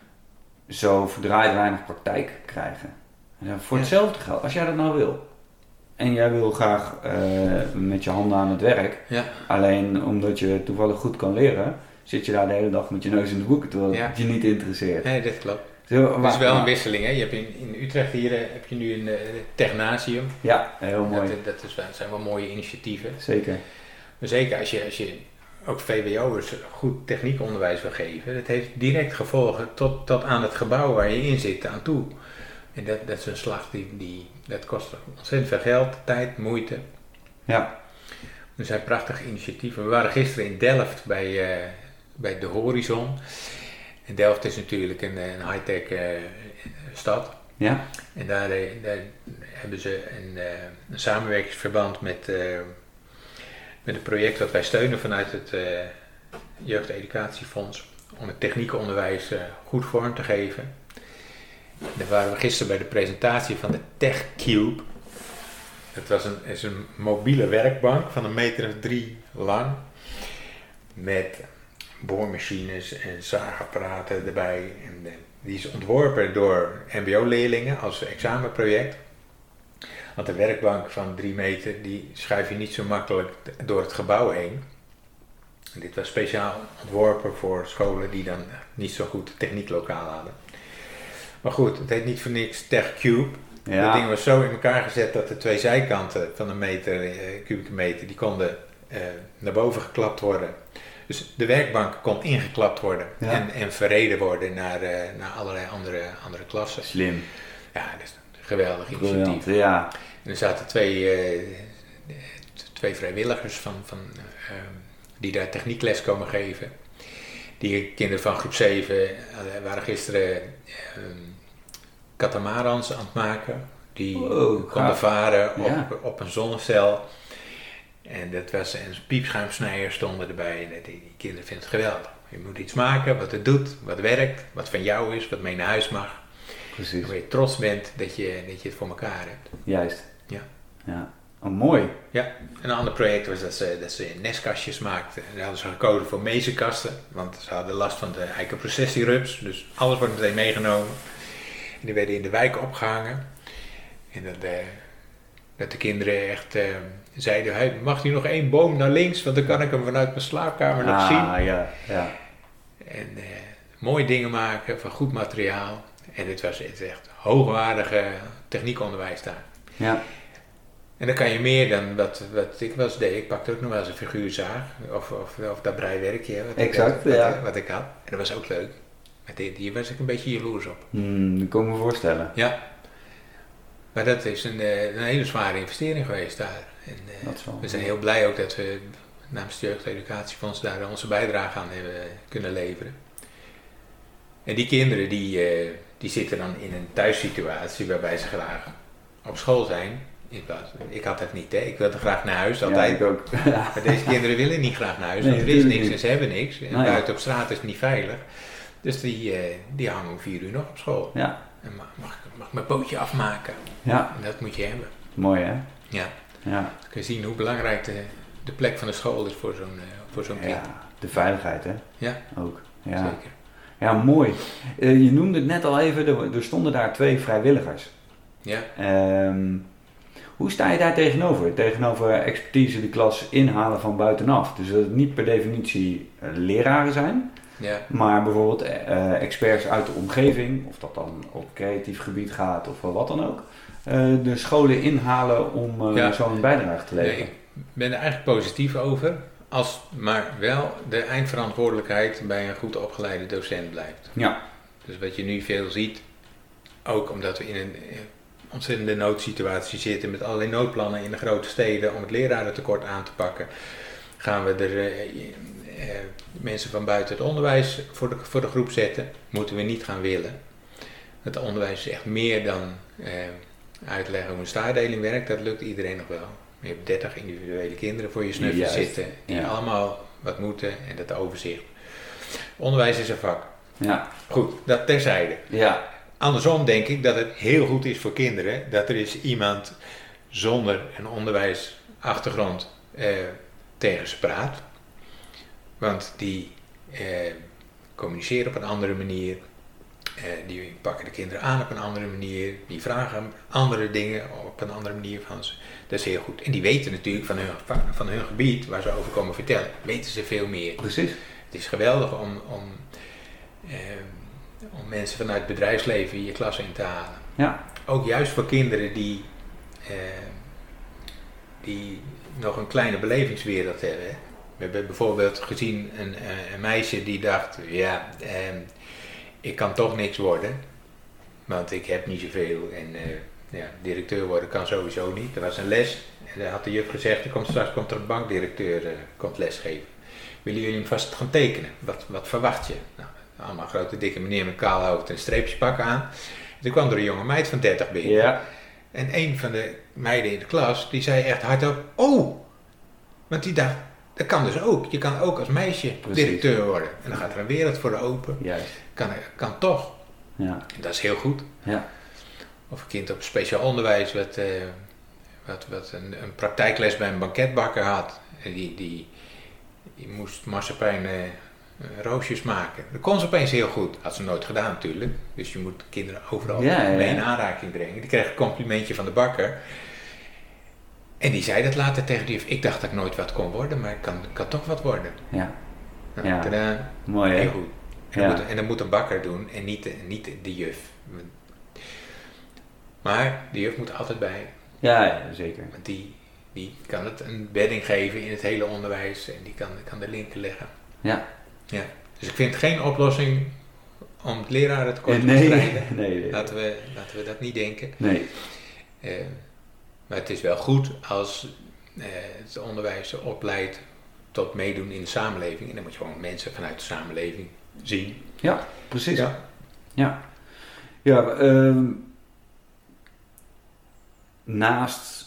zo verdraaid weinig praktijk krijgen. En voor hetzelfde geld, als jij dat nou wil. En jij wil graag met je handen aan het werk. Ja. Alleen omdat je toevallig goed kan leren, zit je daar de hele dag met je neus in de boeken, terwijl het je niet interesseert. Nee, dat klopt. Het is wel een wisseling. Hè? Je hebt in Utrecht hier heb je nu een technasium. Ja, heel mooi. Dat zijn wel mooie initiatieven. Zeker. Maar zeker als je ook VWO'ers goed techniekonderwijs wil geven, dat heeft direct gevolgen tot aan het gebouw waar je in zit aan toe. En dat is een slag dat kost ontzettend veel geld, tijd, moeite. Ja. Er zijn prachtige initiatieven. We waren gisteren in Delft bij de Horizon. En Delft is natuurlijk een high-tech stad. Ja. En daar hebben ze een samenwerkingsverband met een project dat wij steunen vanuit het Jeugdeducatiefonds om het techniekonderwijs goed vorm te geven. Daar waren we gisteren bij de presentatie van de TechCube. Dat is een mobiele werkbank van 1,3 meter lang met boormachines en zaagapparaten erbij. En die is ontworpen door mbo-leerlingen als examenproject. Want de werkbank van 3 meter, die schuif je niet zo makkelijk door het gebouw heen. En dit was speciaal ontworpen voor scholen die dan niet zo goed technieklokaal hadden. Maar goed, het heet niet voor niks TechCube. Ja. Dat ding was zo in elkaar gezet dat de 2 zijkanten van een kubieke meter, die konden naar boven geklapt worden. Dus de werkbank kon ingeklapt worden en verreden worden naar allerlei andere klassen. Slim. Ja, dat is een geweldig initiatief. Ja. En er zaten twee vrijwilligers die daar techniekles komen geven. Die kinderen van groep 7 waren gisteren katamarans aan het maken. Die konden varen op een zonnecel. En dat was een piepschuimsnijer stonden erbij. En die kinderen vinden het geweldig. Je moet iets maken wat het doet, wat werkt, wat van jou is, wat mee naar huis mag. Precies. Waar je trots bent dat je het voor elkaar hebt. Juist. Ja. Ja. Oh, mooi. Ja, een ander project was dat ze nestkastjes maakten. En daar hadden ze gekozen voor mezenkasten, want ze hadden last van de eikenprocessierups. Dus alles wordt meteen meegenomen. En die werden in de wijk opgehangen. En dat de kinderen echt zeiden, hey, mag hier nog 1 boom naar links, want dan kan ik hem vanuit mijn slaapkamer nog zien. Ja. En mooie dingen maken van goed materiaal. En het was echt hoogwaardige techniekonderwijs daar. Ja. En dan kan je meer dan wat ik wel eens deed. Ik pakte ook nog wel eens een figuurzaag. Of dat breiwerkje wat ik had. En dat was ook leuk. Maar hier was ik een beetje jaloers op. Dat kan ik me voorstellen. Ja. Maar dat is een hele zware investering geweest daar. En we zijn heel blij ook dat we namens het Jeugdeducatiefonds daar onze bijdrage aan hebben kunnen leveren. En die kinderen die zitten dan in een thuissituatie waarbij ze graag op school zijn. Ik had dat niet, hè. Ik wilde graag naar huis altijd. Ja, ik ook. Maar deze kinderen willen niet graag naar huis, want er is niks en ze hebben niks. En buiten op straat is het niet veilig. Dus die hangen om 4 uur nog op school. Ja. En mag ik mijn pootje afmaken? Ja. En dat moet je hebben. Mooi, hè? Ja. Ja. Dan kun je zien hoe belangrijk de plek van de school is voor zo'n kind. Ja, de veiligheid, hè? Ja. Ook. Ja. Zeker. Ja, mooi. Je noemde het net al even, er stonden daar 2 vrijwilligers. Ja. Hoe sta je daar tegenover? Tegenover expertise de klas inhalen van buitenaf. Dus dat het niet per definitie leraren zijn, Ja. maar bijvoorbeeld experts uit de omgeving, of dat dan op creatief gebied gaat of wat dan ook, de scholen inhalen om zo'n bijdrage te leveren. Nee, ik ben er eigenlijk positief over, maar wel de eindverantwoordelijkheid bij een goed opgeleide docent blijft. Ja. Dus wat je nu veel ziet, ook omdat we in een ontzettende noodsituatie zitten met allerlei noodplannen in de grote steden om het lerarentekort aan te pakken, gaan we er mensen van buiten het onderwijs voor de groep zetten. Moeten we niet gaan willen. Het onderwijs is echt meer dan uitleggen hoe een staardeling werkt, dat lukt iedereen nog wel. Je hebt 30 individuele kinderen voor je snuffel zitten, die allemaal wat moeten en dat overzicht. Onderwijs is een vak. Ja. Goed, dat terzijde. Ja. Andersom denk ik dat het heel goed is voor kinderen dat er is iemand zonder een onderwijsachtergrond tegen ze praat. Want die communiceren op een andere manier. Die pakken de kinderen aan op een andere manier. Die vragen andere dingen op een andere manier van ze. Dat is heel goed. En die weten natuurlijk van hun gebied waar ze over komen vertellen, weten ze veel meer. Precies. Het is geweldig om mensen vanuit het bedrijfsleven je klas in te halen. Ja. Ook juist voor kinderen die nog een kleine belevingswereld hebben. Hè. We hebben bijvoorbeeld gezien een meisje die dacht, ik kan toch niks worden, want ik heb niet zoveel en directeur worden kan sowieso niet. Er was een les en daar had de juf gezegd, straks komt er een bankdirecteur komt lesgeven. Willen jullie hem vast gaan tekenen? Wat verwacht je? Nou, allemaal grote dikke meneer met kaal hoofd en streepjespak aan. En toen kwam er een jonge meid van 30 binnen. Ja. En een van de meiden in de klas, die zei echt hardop, oh! Want die dacht, dat kan dus ook. Je kan ook als meisje directeur worden. En dan gaat er een wereld voor open. Juist. Kan toch. Ja. En dat is heel goed. Ja. Of een kind op speciaal onderwijs wat een praktijkles bij een banketbakker had. En die moest marsepein roosjes maken. Dat kon ze opeens heel goed. Had ze nooit gedaan natuurlijk. Dus je moet kinderen overal mee in aanraking brengen. Die kreeg een complimentje van de bakker. En die zei dat later tegen die juf. Ik dacht dat ik nooit wat kon worden, maar ik kan toch wat worden. Ja. Nou, Ja. Tadaa. Mooi, hè? Heel goed. En dat moet een bakker doen en niet de juf. Maar de juf moet er altijd bij. Ja, zeker. Want die kan het een bedding geven in het hele onderwijs en die kan de linken leggen. Ja. Ja. Dus ik vind geen oplossing om het lerarentekort te Nee. bestrijden. Nee. Laten we dat niet denken. Nee. Maar het is wel goed als het onderwijs ze opleidt tot meedoen in de samenleving. En dan moet je gewoon mensen vanuit de samenleving zien. Ja, precies. Ja. Ja. Ja, naast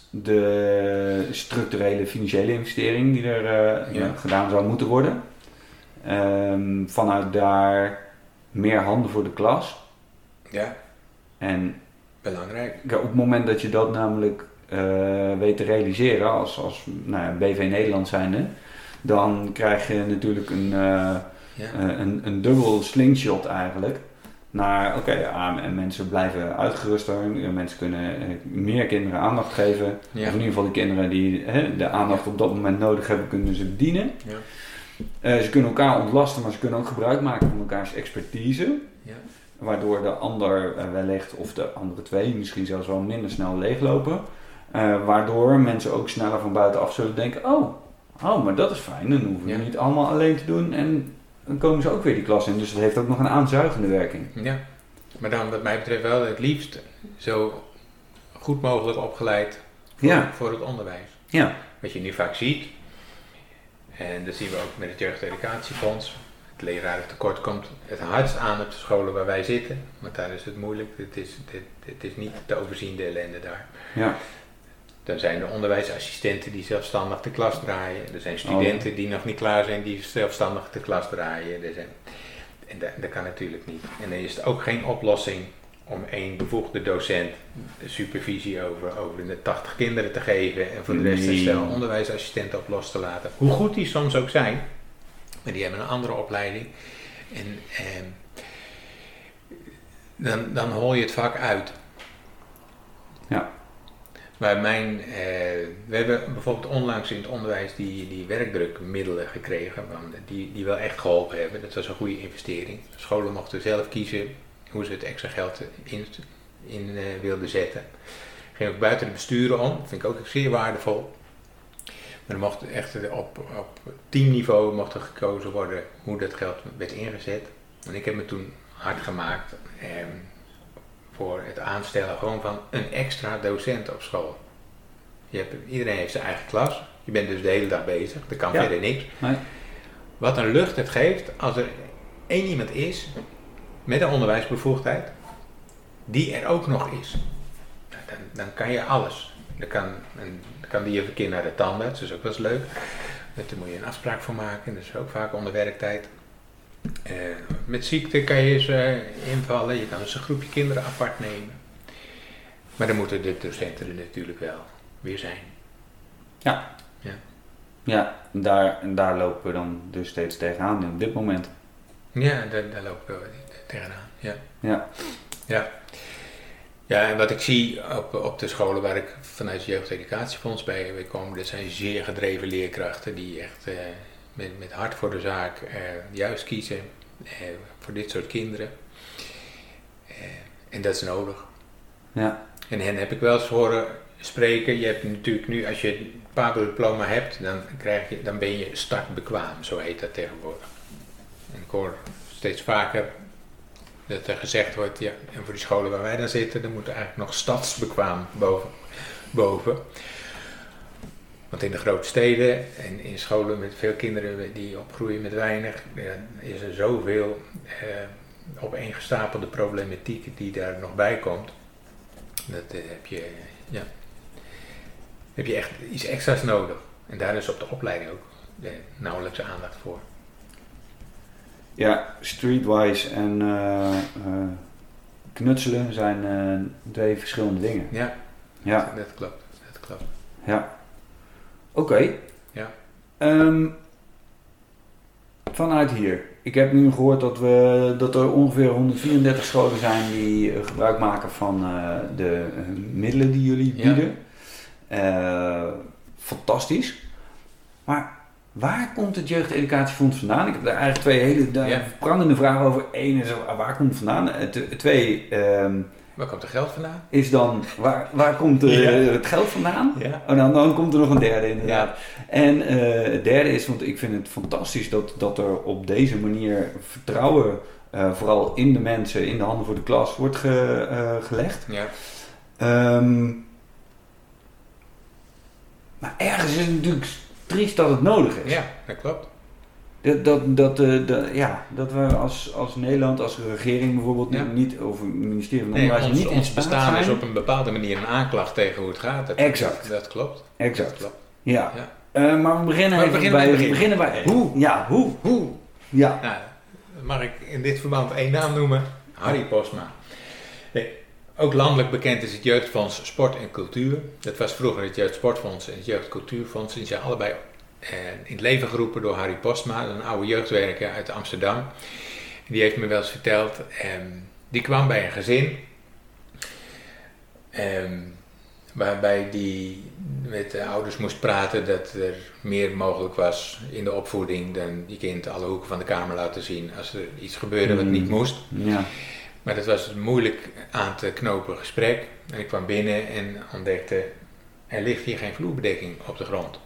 de structurele financiële investering die er gedaan zou moeten worden. Vanuit daar meer handen voor de klas. Ja. En belangrijk. Op het moment dat je dat namelijk weet te realiseren als BV Nederland zijnde, dan krijg je natuurlijk een dubbel slingshot eigenlijk. Naar en mensen blijven uitgeruster, mensen kunnen meer kinderen aandacht geven. Ja. Of in ieder geval de kinderen die de aandacht op dat moment nodig hebben, kunnen ze bedienen. Ja. Ze kunnen elkaar ontlasten, maar ze kunnen ook gebruik maken van elkaars expertise. Ja. Waardoor de ander wellicht, of de andere twee, misschien zelfs wel minder snel leeglopen. Waardoor mensen ook sneller van buitenaf zullen denken, maar dat is fijn, dan hoeven we niet allemaal alleen te doen. En dan komen ze ook weer die klas in, dus dat heeft ook nog een aanzuigende werking. Ja, maar dan wat mij betreft wel het liefst zo goed mogelijk opgeleid voor het onderwijs. Ja. Wat je nu vaak ziet, en dat zien we ook met het Jeugdeducatiefonds, het lerarentekort komt het hardst aan op de scholen waar wij zitten, want daar is het moeilijk, het is niet te overzien de ellende daar. Ja. Dan zijn er onderwijsassistenten die zelfstandig de klas draaien. Er zijn studenten die nog niet klaar zijn die zelfstandig de klas draaien. En dat kan natuurlijk niet. En dan is het ook geen oplossing om één bevoegde docent de supervisie over de 80 kinderen te geven en voor de rest een stel onderwijsassistenten op los te laten. Hoe goed die soms ook zijn, maar die hebben een andere opleiding. En dan hol je het vak uit. Ja. Maar we hebben bijvoorbeeld onlangs in het onderwijs die werkdrukmiddelen gekregen, die wel echt geholpen hebben. Dat was een goede investering. De scholen mochten zelf kiezen hoe ze het extra geld in wilden zetten. Ging ook buiten de besturen om, dat vind ik ook zeer waardevol. Maar er mocht echt op teamniveau mocht er gekozen worden hoe dat geld werd ingezet. En ik heb me toen hard gemaakt voor het aanstellen gewoon van een extra docent op school. Iedereen heeft zijn eigen klas. Je bent dus de hele dag bezig. Er kan verder niks. Nee. Wat een lucht het geeft als er één iemand is met een onderwijsbevoegdheid die er ook nog is. Dan kan je alles. Dan kan die even een keer naar de tandarts. Dat is ook wel eens leuk. Daar moet je een afspraak voor maken. Dat is ook vaak onder werktijd. Met ziekte kan je eens invallen, je kan eens een groepje kinderen apart nemen. Maar dan moeten de docenten er natuurlijk wel weer zijn. Ja, daar lopen we dan dus steeds tegenaan op dit moment. Ja, daar lopen we tegenaan. Ja. Ja, en wat ik zie op de scholen waar ik vanuit het Jeugdeducatiefonds bij kom, dat zijn zeer gedreven leerkrachten die echt met hart voor de zaak juist kiezen voor dit soort kinderen. En dat is nodig. Ja. En hen heb ik wel eens horen spreken. Je hebt natuurlijk nu, als je een PABO-diploma hebt, dan ben je startbekwaam, zo heet dat tegenwoordig. En ik hoor steeds vaker dat er gezegd wordt, en voor die scholen waar wij dan zitten, dan moet er eigenlijk nog stadsbekwaam boven. Want in de grote steden en in scholen met veel kinderen die opgroeien met weinig, is er zoveel opeengestapelde problematiek die daar nog bij komt. Dat heb je echt iets extra's nodig. En daar is op de opleiding ook nauwelijks aandacht voor. Ja, streetwise en knutselen zijn twee verschillende dingen. Ja. Dat klopt. Ja. Oké. Ja. Vanuit hier. Ik heb nu gehoord dat er ongeveer 134 scholen zijn die gebruik maken van de middelen die jullie bieden. Fantastisch. Maar waar komt het Jeugdeducatiefonds vandaan? Ik heb daar eigenlijk twee hele prangende vragen over. Eén is, waar komt het vandaan? Twee... waar komt het geld vandaan? Is dan, waar komt het geld vandaan? Ja. Dan komt er nog een derde inderdaad. Ja. En het derde is, want ik vind het fantastisch dat er op deze manier vertrouwen, vooral in de mensen, in de handen voor de klas, wordt gelegd. Ja. Maar ergens is het natuurlijk triest dat het nodig is. Ja, dat klopt. Dat we als Nederland, als regering bijvoorbeeld niet, of het ministerie van Onderwijs niet in ons staat bestaan zijn. is op een bepaalde manier een aanklacht tegen hoe het gaat. Exact. Dat klopt. Exact. Dat klopt. Ja. Maar we beginnen bij hoe. Ja, hoe? Hoe? Ja. Nou, mag ik in dit verband één naam noemen? Harry Posma. Nee, ook landelijk bekend is het Jeugdfonds Sport en Cultuur. Dat was vroeger het Jeugdsportfonds en het Jeugdcultuurfonds. Die zijn allebei in het leven geroepen door Harry Posma, een oude jeugdwerker uit Amsterdam. Die heeft me wel eens verteld, die kwam bij een gezin waarbij die met de ouders moest praten dat er meer mogelijk was in de opvoeding dan je kind alle hoeken van de kamer laten zien als er iets gebeurde wat niet moest. Ja. Maar dat was een moeilijk aan te knopen gesprek. En ik kwam binnen en ontdekte, er ligt hier geen vloerbedekking op de grond.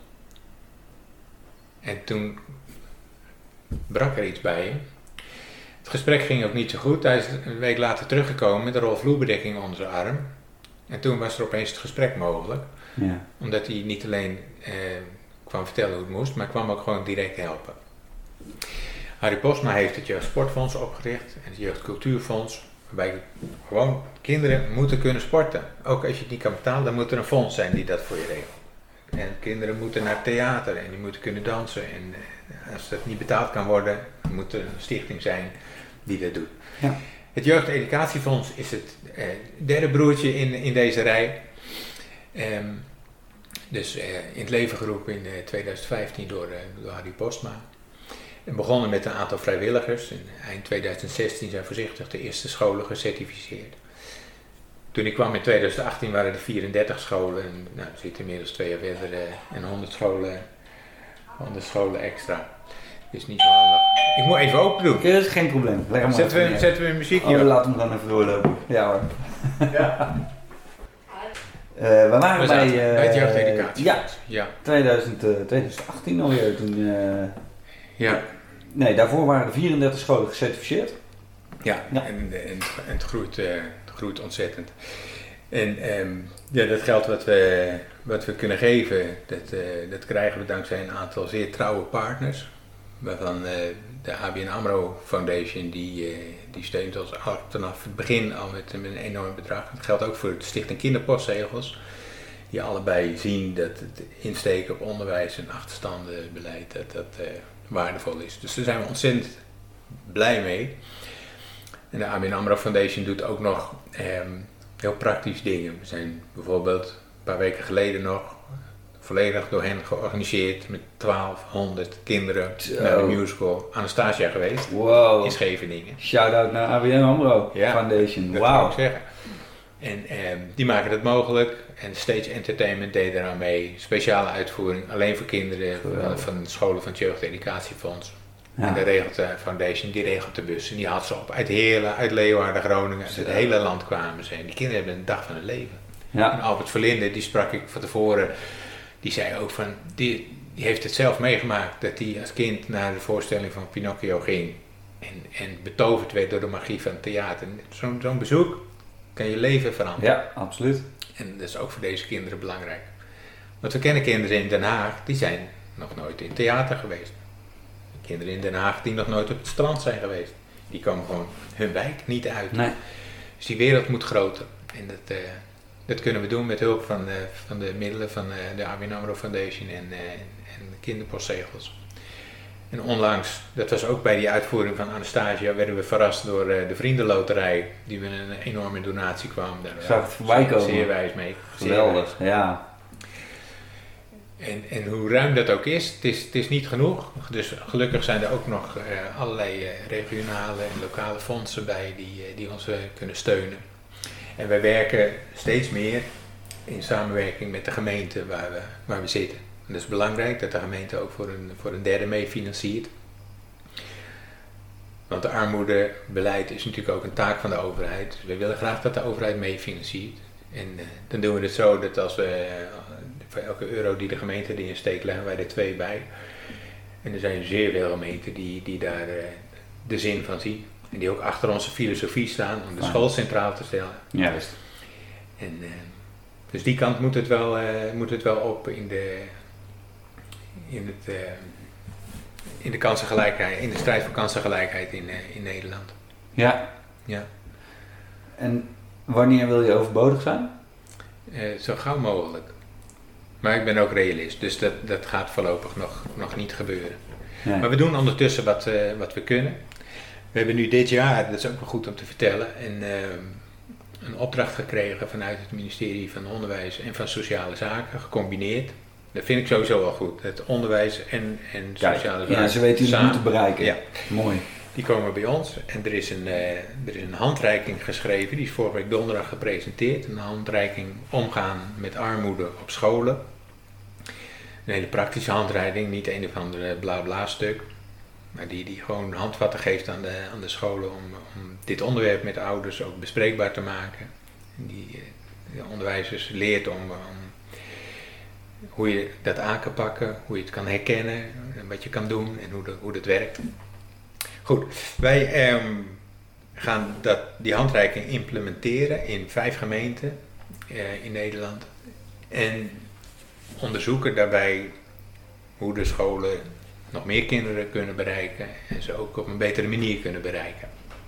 En toen brak er iets bij hem. Het gesprek ging ook niet zo goed. Hij is een week later teruggekomen met een rol vloerbedekking onder zijn arm. En toen was er opeens het gesprek mogelijk. Ja. Omdat hij niet alleen kwam vertellen hoe het moest, maar kwam ook gewoon direct helpen. Harry Posma heeft het Jeugdsportfonds opgericht en het Jeugdcultuurfonds. Waarbij gewoon kinderen moeten kunnen sporten. Ook als je het niet kan betalen, dan moet er een fonds zijn die dat voor je regelt. En kinderen moeten naar theater en die moeten kunnen dansen. En als dat niet betaald kan worden, moet er een stichting zijn die dat doet. Ja. Het Jeugdeducatiefonds is het derde broertje in deze rij. Dus in het leven geroepen in 2015 door Harry Posma. En begonnen met een aantal vrijwilligers. En eind 2016 zijn voorzichtig de eerste scholen gecertificeerd. Toen ik kwam in 2018 waren er 34 scholen. En nou, er zitten inmiddels 2 jaar verder en 100 scholen extra. Is niet zo handig. Ik moet even open doen. Dat is geen probleem. Leg hem Zetten we een muziekje op. op? Laten we hem dan even doorlopen. Ja hoor. Ja. We waren bij het Jeugdeducatiefonds. Ja. 2018 alweer. Toen, ja. Nee, daarvoor waren er 34 scholen gecertificeerd. Ja. En het groeit ontzettend. En dat geld wat we kunnen geven, dat krijgen we dankzij een aantal zeer trouwe partners. Waarvan de ABN AMRO Foundation, die steunt ons vanaf het begin al met een enorm bedrag. Dat geldt ook voor de Stichting Kinderpostzegels. Die allebei zien dat het insteken op onderwijs en achterstandenbeleid dat waardevol is. Dus daar zijn we ontzettend blij mee. En de ABN AMRO Foundation doet ook nog heel praktisch dingen. We zijn bijvoorbeeld een paar weken geleden nog volledig door hen georganiseerd met 1200 kinderen naar de musical Anastasia geweest. Wow. In Scheveningen. Shout-out naar ABN AMRO Foundation. Dat kan ik zeggen. En die maken het mogelijk. En Stage Entertainment deed eraan mee. Speciale uitvoering alleen voor kinderen van de scholen van het Jeugdeducatiefonds. Ja. En de Foundation die regelt de bussen. Die had ze op uit Heerlen, uit Leeuwarden, Groningen. Uit het hele land kwamen ze. En die kinderen hebben een dag van hun leven. Ja. En Albert Verlinde, die sprak ik van tevoren. Die zei ook van, die heeft het zelf meegemaakt. Dat hij als kind naar de voorstelling van Pinocchio ging. En betoverd werd door de magie van het theater. Zo'n bezoek kan je leven veranderen. Ja, absoluut. En dat is ook voor deze kinderen belangrijk. Want we kennen kinderen in Den Haag, die zijn nog nooit in theater geweest. Kinderen in Den Haag die nog nooit op het strand zijn geweest. Die komen gewoon hun wijk niet uit. Nee. Dus die wereld moet groter. En dat kunnen we doen met hulp van de middelen van de ABN AMRO Foundation en kinderpostzegels. En onlangs, dat was ook bij die uitvoering van Anastasia, werden we verrast door de Vriendenloterij, die met een enorme donatie kwam. Daar zag het voorbij komen. Zeer wijs mee. Geweldig, ja. En hoe ruim dat ook is, het is niet genoeg. Dus gelukkig zijn er ook nog allerlei regionale en lokale fondsen bij die ons kunnen steunen. En wij werken steeds meer in samenwerking met de gemeente waar we zitten. En dat is belangrijk dat de gemeente ook voor een derde mee financiert. Want de armoedebeleid is natuurlijk ook een taak van de overheid. Dus we willen graag dat de overheid mee financiert. En dan doen we het zo dat als we voor elke euro die de gemeente erin steekt, leggen wij er 2 bij. En er zijn zeer veel gemeenten die daar de zin van zien. En die ook achter onze filosofie staan om de school centraal te stellen. Juist. En dus die kant moet het wel op in de kansengelijkheid, in de strijd voor kansengelijkheid in Nederland. Ja. Ja. En wanneer wil je overbodig zijn? Zo gauw mogelijk. Maar ik ben ook realist, dus dat gaat voorlopig nog niet gebeuren. Nee. Maar we doen ondertussen wat we kunnen. We hebben nu dit jaar, dat is ook wel goed om te vertellen, een opdracht gekregen vanuit het ministerie van Onderwijs en van Sociale Zaken, gecombineerd. Dat vind ik sowieso wel goed, het onderwijs en sociale zaken. Ja, ze weten jullie samen. moeten bereiken. Ja. Mooi. Die komen bij ons en er is een handreiking geschreven, die is vorige week donderdag gepresenteerd. Een handreiking omgaan met armoede op scholen. Een hele praktische handreiking, niet een of andere bla bla stuk. Maar die gewoon handvatten geeft aan de scholen om dit onderwerp met de ouders ook bespreekbaar te maken. En die de onderwijzers leert om hoe je dat aan kan pakken, hoe je het kan herkennen, en wat je kan doen en hoe dat werkt. Goed, wij gaan die handreiking implementeren in 5 gemeenten in Nederland. En onderzoeken daarbij hoe de scholen nog meer kinderen kunnen bereiken en ze ook op een betere manier kunnen bereiken.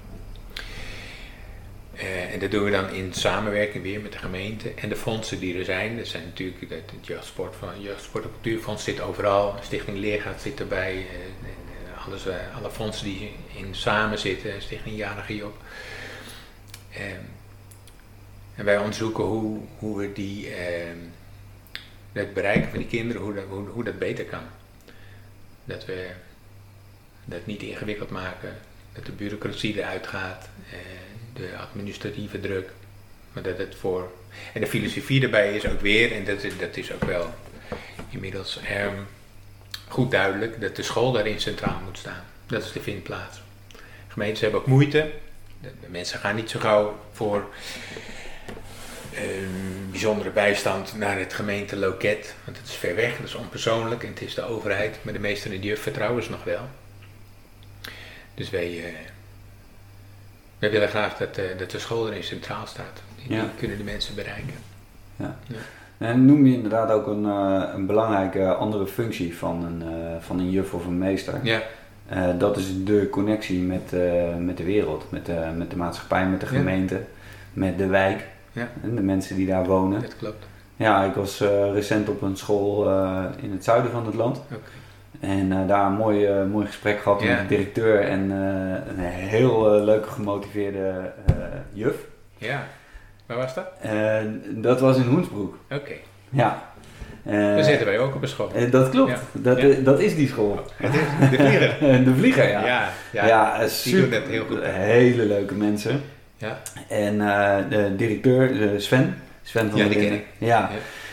En dat doen we dan in samenwerking weer met de gemeente en de fondsen die er zijn. Dat zijn natuurlijk het Jeugdsport en Cultuurfonds zit overal, Stichting Leergaat zit erbij, alle fondsen die in samen zitten, Stichting Jarige Job. En wij onderzoeken hoe we het bereiken van die kinderen, hoe dat beter kan. Dat we dat niet ingewikkeld maken, dat de bureaucratie eruit gaat, de administratieve druk. Maar dat het en de filosofie daarbij is ook weer, en dat is ook wel inmiddels goed duidelijk, dat de school daarin centraal moet staan. Dat is de vindplaats. Gemeentes hebben ook moeite. De mensen gaan niet zo gauw voor bijzondere bijstand naar het gemeenteloket, want het is ver weg, dat is onpersoonlijk en het is de overheid, maar de meester en de juf vertrouwen ze nog wel. Dus wij willen graag dat de school erin centraal staat. Die kunnen de mensen bereiken. Ja. Ja. En noem je inderdaad ook een belangrijke andere functie van een juf of een meester. Ja. Dat is de connectie met de wereld, met de maatschappij, met de gemeente, met de wijk. Ja. En de mensen die daar wonen. Dat klopt. Ja, ik was recent op een school in het zuiden van het land. Okay. En daar een mooi gesprek gehad met de directeur en een heel leuke gemotiveerde juf. Ja, waar was dat? Dat was in Hoensbroek. Oké. Okay. Ja. Daar zitten wij ook op een school. Dat klopt, dat is die school. Het is de Vlieger. De Vlieger, ja. Super, die doen dat heel goed. Hele leuke mensen. Ja. En de directeur, Sven van der Linden. Ja.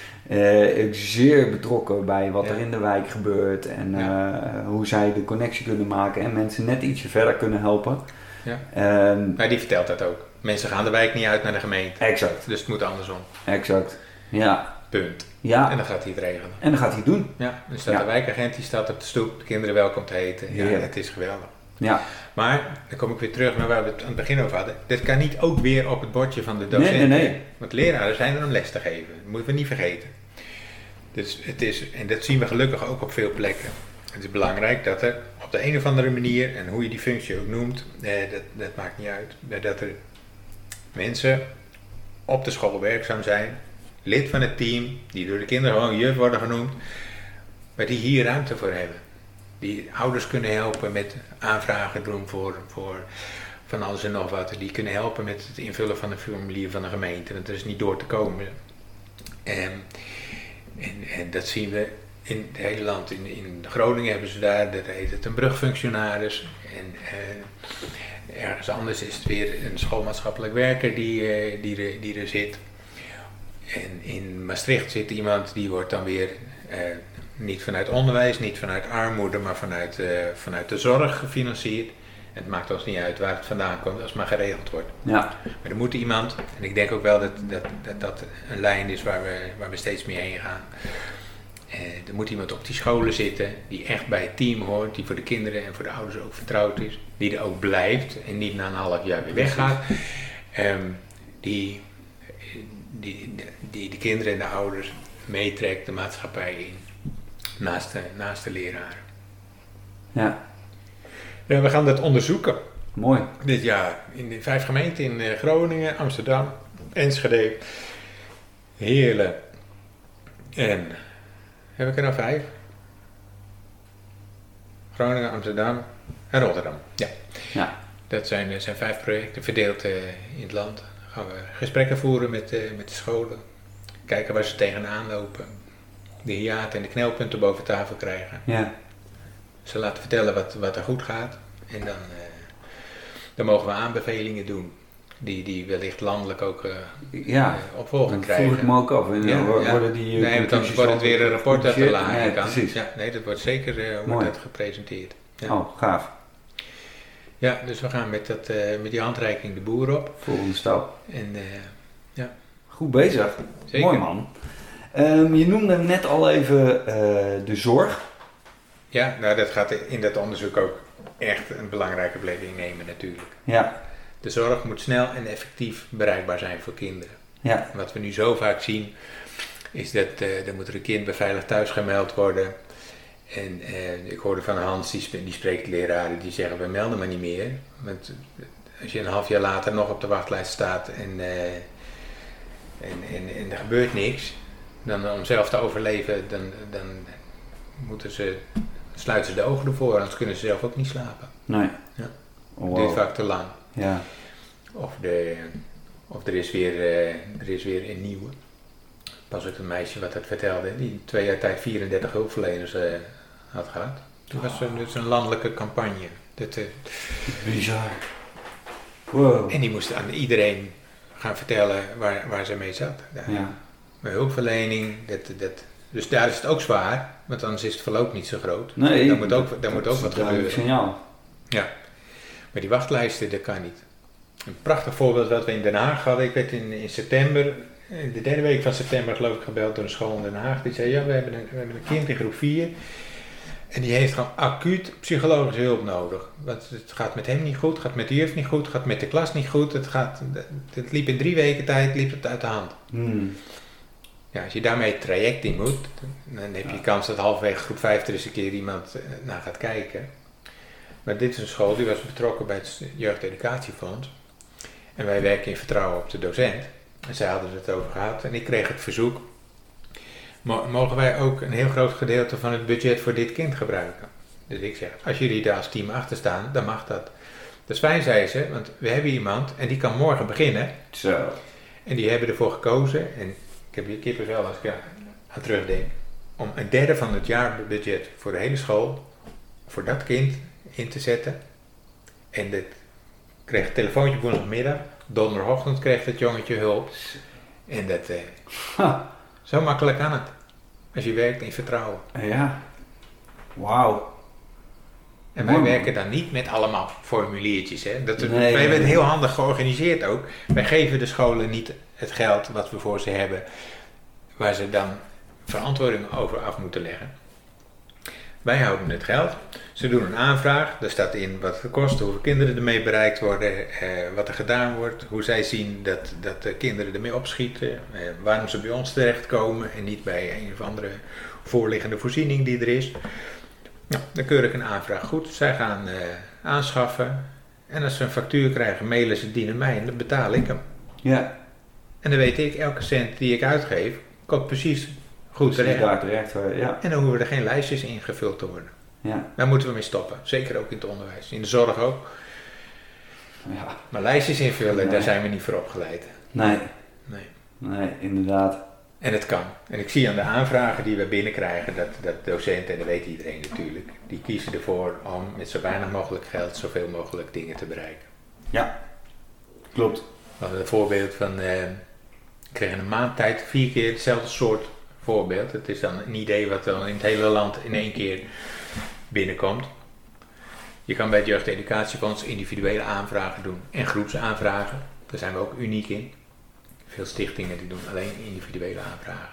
Zeer betrokken bij wat er in de wijk gebeurt en hoe zij de connectie kunnen maken en mensen net ietsje verder kunnen helpen. Ja. Maar die vertelt dat ook. Mensen gaan de wijk niet uit naar de gemeente. Exact. Dus het moet andersom. Exact. Ja. Punt. Ja. En dan gaat hij het regelen. En dan gaat hij het doen. Ja. Dan staat de wijkagent, die staat op de stoep, de kinderen welkom te heten. Ja, het is geweldig. Ja. Maar, dan kom ik weer terug naar waar we het aan het begin over hadden. Dit kan niet ook weer op het bordje van de docent. Nee. Want leraren zijn er om les te geven. Dat moeten we niet vergeten. Dus het is, en dat zien we gelukkig ook op veel plekken. Het is belangrijk dat er op de een of andere manier, en hoe je die functie ook noemt, dat maakt niet uit, dat er mensen op de school werkzaam zijn, lid van het team, die door de kinderen gewoon juf worden genoemd, maar die hier ruimte voor hebben. Die ouders kunnen helpen met aanvragen doen voor van alles en nog wat. Die kunnen helpen met het invullen van een formulier van de gemeente, want er is niet door te komen. En dat zien we in het hele land. In Groningen hebben ze daar, dat heet het een brugfunctionaris. En ergens anders is het weer een schoolmaatschappelijk werker die er zit. En in Maastricht zit iemand die wordt dan weer niet vanuit onderwijs, niet vanuit armoede, maar vanuit de zorg gefinancierd. En het maakt ons niet uit waar het vandaan komt, als het maar geregeld wordt. Ja. Maar er moet iemand, en ik denk ook wel dat een lijn is waar we steeds meer heen gaan. Er moet iemand op die scholen zitten die echt bij het team hoort, die voor de kinderen en voor de ouders ook vertrouwd is. Die er ook blijft en niet na een half jaar weer weggaat. Die de kinderen en de ouders meetrekt de maatschappij in, naast de leraren. Ja, Ja, we gaan dat onderzoeken mooi. dit jaar in de 5 gemeenten in Groningen, Amsterdam, Enschede, Heerlen en... Heb ik er nou 5? Groningen, Amsterdam en Rotterdam. Ja. Ja. Dat zijn 5 projecten verdeeld in het land. Dan gaan we gesprekken voeren met de scholen. Kijken waar ze tegenaan lopen. De hiaten en de knelpunten boven tafel krijgen. Ja. Ze laten vertellen wat er goed gaat. En dan mogen we aanbevelingen doen. Die wellicht landelijk ook opvolging dan krijgen. vroeg ik me ook af. Worden die nee, want dan wordt het weer een rapport dat er lager nee, kan. Precies. Ja, nee, dat wordt zeker wordt dat gepresenteerd. Ja. Oh, gaaf. Ja, dus we gaan met die handreiking de boer op. Volgende stap. En Goed bezig. zeker. Mooi man. Je noemde net al even de zorg. Ja, nou dat gaat in dat onderzoek ook echt een belangrijke plek innemen natuurlijk. Ja. De zorg moet snel en effectief bereikbaar zijn voor kinderen. Ja. Wat we nu zo vaak zien, is dat er moet er een kind beveiligd thuis gemeld worden. En ik hoorde van Hans, die spreekt leraren, die zeggen, we melden maar niet meer. Want als je een half jaar later nog op de wachtlijst staat en er gebeurt niks, dan om zelf te overleven, dan sluiten ze de ogen ervoor, anders kunnen ze zelf ook niet slapen. Nee. Ja. Oh, Het duurt wow. vaak te lang. Ja. Of er is weer een nieuwe. Pas ook een meisje wat dat vertelde, die in 2 jaar tijd 34 hulpverleners had gehad. Toen was dus een landelijke campagne. Bizar. Wow. En die moest aan iedereen gaan vertellen waar ze mee zat. Ja. Met hulpverlening, dus daar is het ook zwaar, want anders is het verloop niet zo groot. Nee, daar moet ook wat gebeuren. Signaal. Ja, maar die wachtlijsten, dat kan niet. Een prachtig voorbeeld wat we in Den Haag hadden. Ik werd in september, in de 3e week van september geloof ik, gebeld door een school in Den Haag. Die zei, ja, we hebben een kind in groep 4 en die heeft gewoon acuut psychologische hulp nodig. Want het gaat met hem niet goed, het gaat met de juf niet goed, het gaat met de klas niet goed. Het liep in 3 weken tijd uit de hand. Ja, als je daarmee het traject in moet, dan heb je kans dat halverwege groep 5 er eens een keer iemand naar gaat kijken. Maar dit is een school die was betrokken bij het Jeugdeducatiefonds. En wij werken in vertrouwen op de docent. En zij hadden het over gehad. En ik kreeg het verzoek, mogen wij ook een heel groot gedeelte van het budget voor dit kind gebruiken? Dus ik zeg, als jullie daar als team achter staan, dan mag dat. Dat is fijn, zei ze, want we hebben iemand en die kan morgen beginnen. Zo. En die hebben ervoor gekozen, en ik heb hier kippenvel als ik aan terugdenk, om 1/3 van het jaarbudget voor de hele school, voor dat kind in te zetten. En dat kreeg een telefoontje woensdagmiddag, donderdagochtend kreeg dat jongetje hulp. En dat, zo makkelijk kan het, als je werkt in vertrouwen. Ja. Wauw. En wij werken dan niet met allemaal formuliertjes. Hè? Wij hebben het heel handig georganiseerd ook. Wij geven de scholen niet het geld wat we voor ze hebben, waar ze dan verantwoording over af moeten leggen. Wij houden het geld. Ze doen een aanvraag. Daar staat in wat het kost, hoeveel kinderen ermee bereikt worden, wat er gedaan wordt, hoe zij zien dat de kinderen ermee opschieten, waarom ze bij ons terechtkomen en niet bij een of andere voorliggende voorziening die er is. Nou, dan keur ik een aanvraag goed. Zij gaan aanschaffen. En als ze een factuur krijgen, mailen ze die naar mij en dan betaal ik hem. Ja. En dan weet ik, elke cent die ik uitgeef, komt precies goed terecht. Daar terecht, ja. En dan hoeven er geen lijstjes ingevuld te worden. Ja. Daar moeten we mee stoppen. Zeker ook in het onderwijs. In de zorg ook. Ja. Maar lijstjes invullen, daar zijn we niet voor opgeleid. Nee. Nee. Nee, inderdaad. En het kan. En ik zie aan de aanvragen die we binnenkrijgen, dat docenten, en dat weet iedereen natuurlijk, die kiezen ervoor om met zo weinig mogelijk geld zoveel mogelijk dingen te bereiken. Ja. Klopt. We hadden een voorbeeld van, ik kreeg in een maand tijd 4 keer hetzelfde soort voorbeeld. Het is dan een idee wat dan in het hele land in 1 keer binnenkomt. Je kan bij het Jeugdeducatiefonds individuele aanvragen doen en groepsaanvragen. Daar zijn we ook uniek in. Veel stichtingen die doen alleen individuele aanvragen.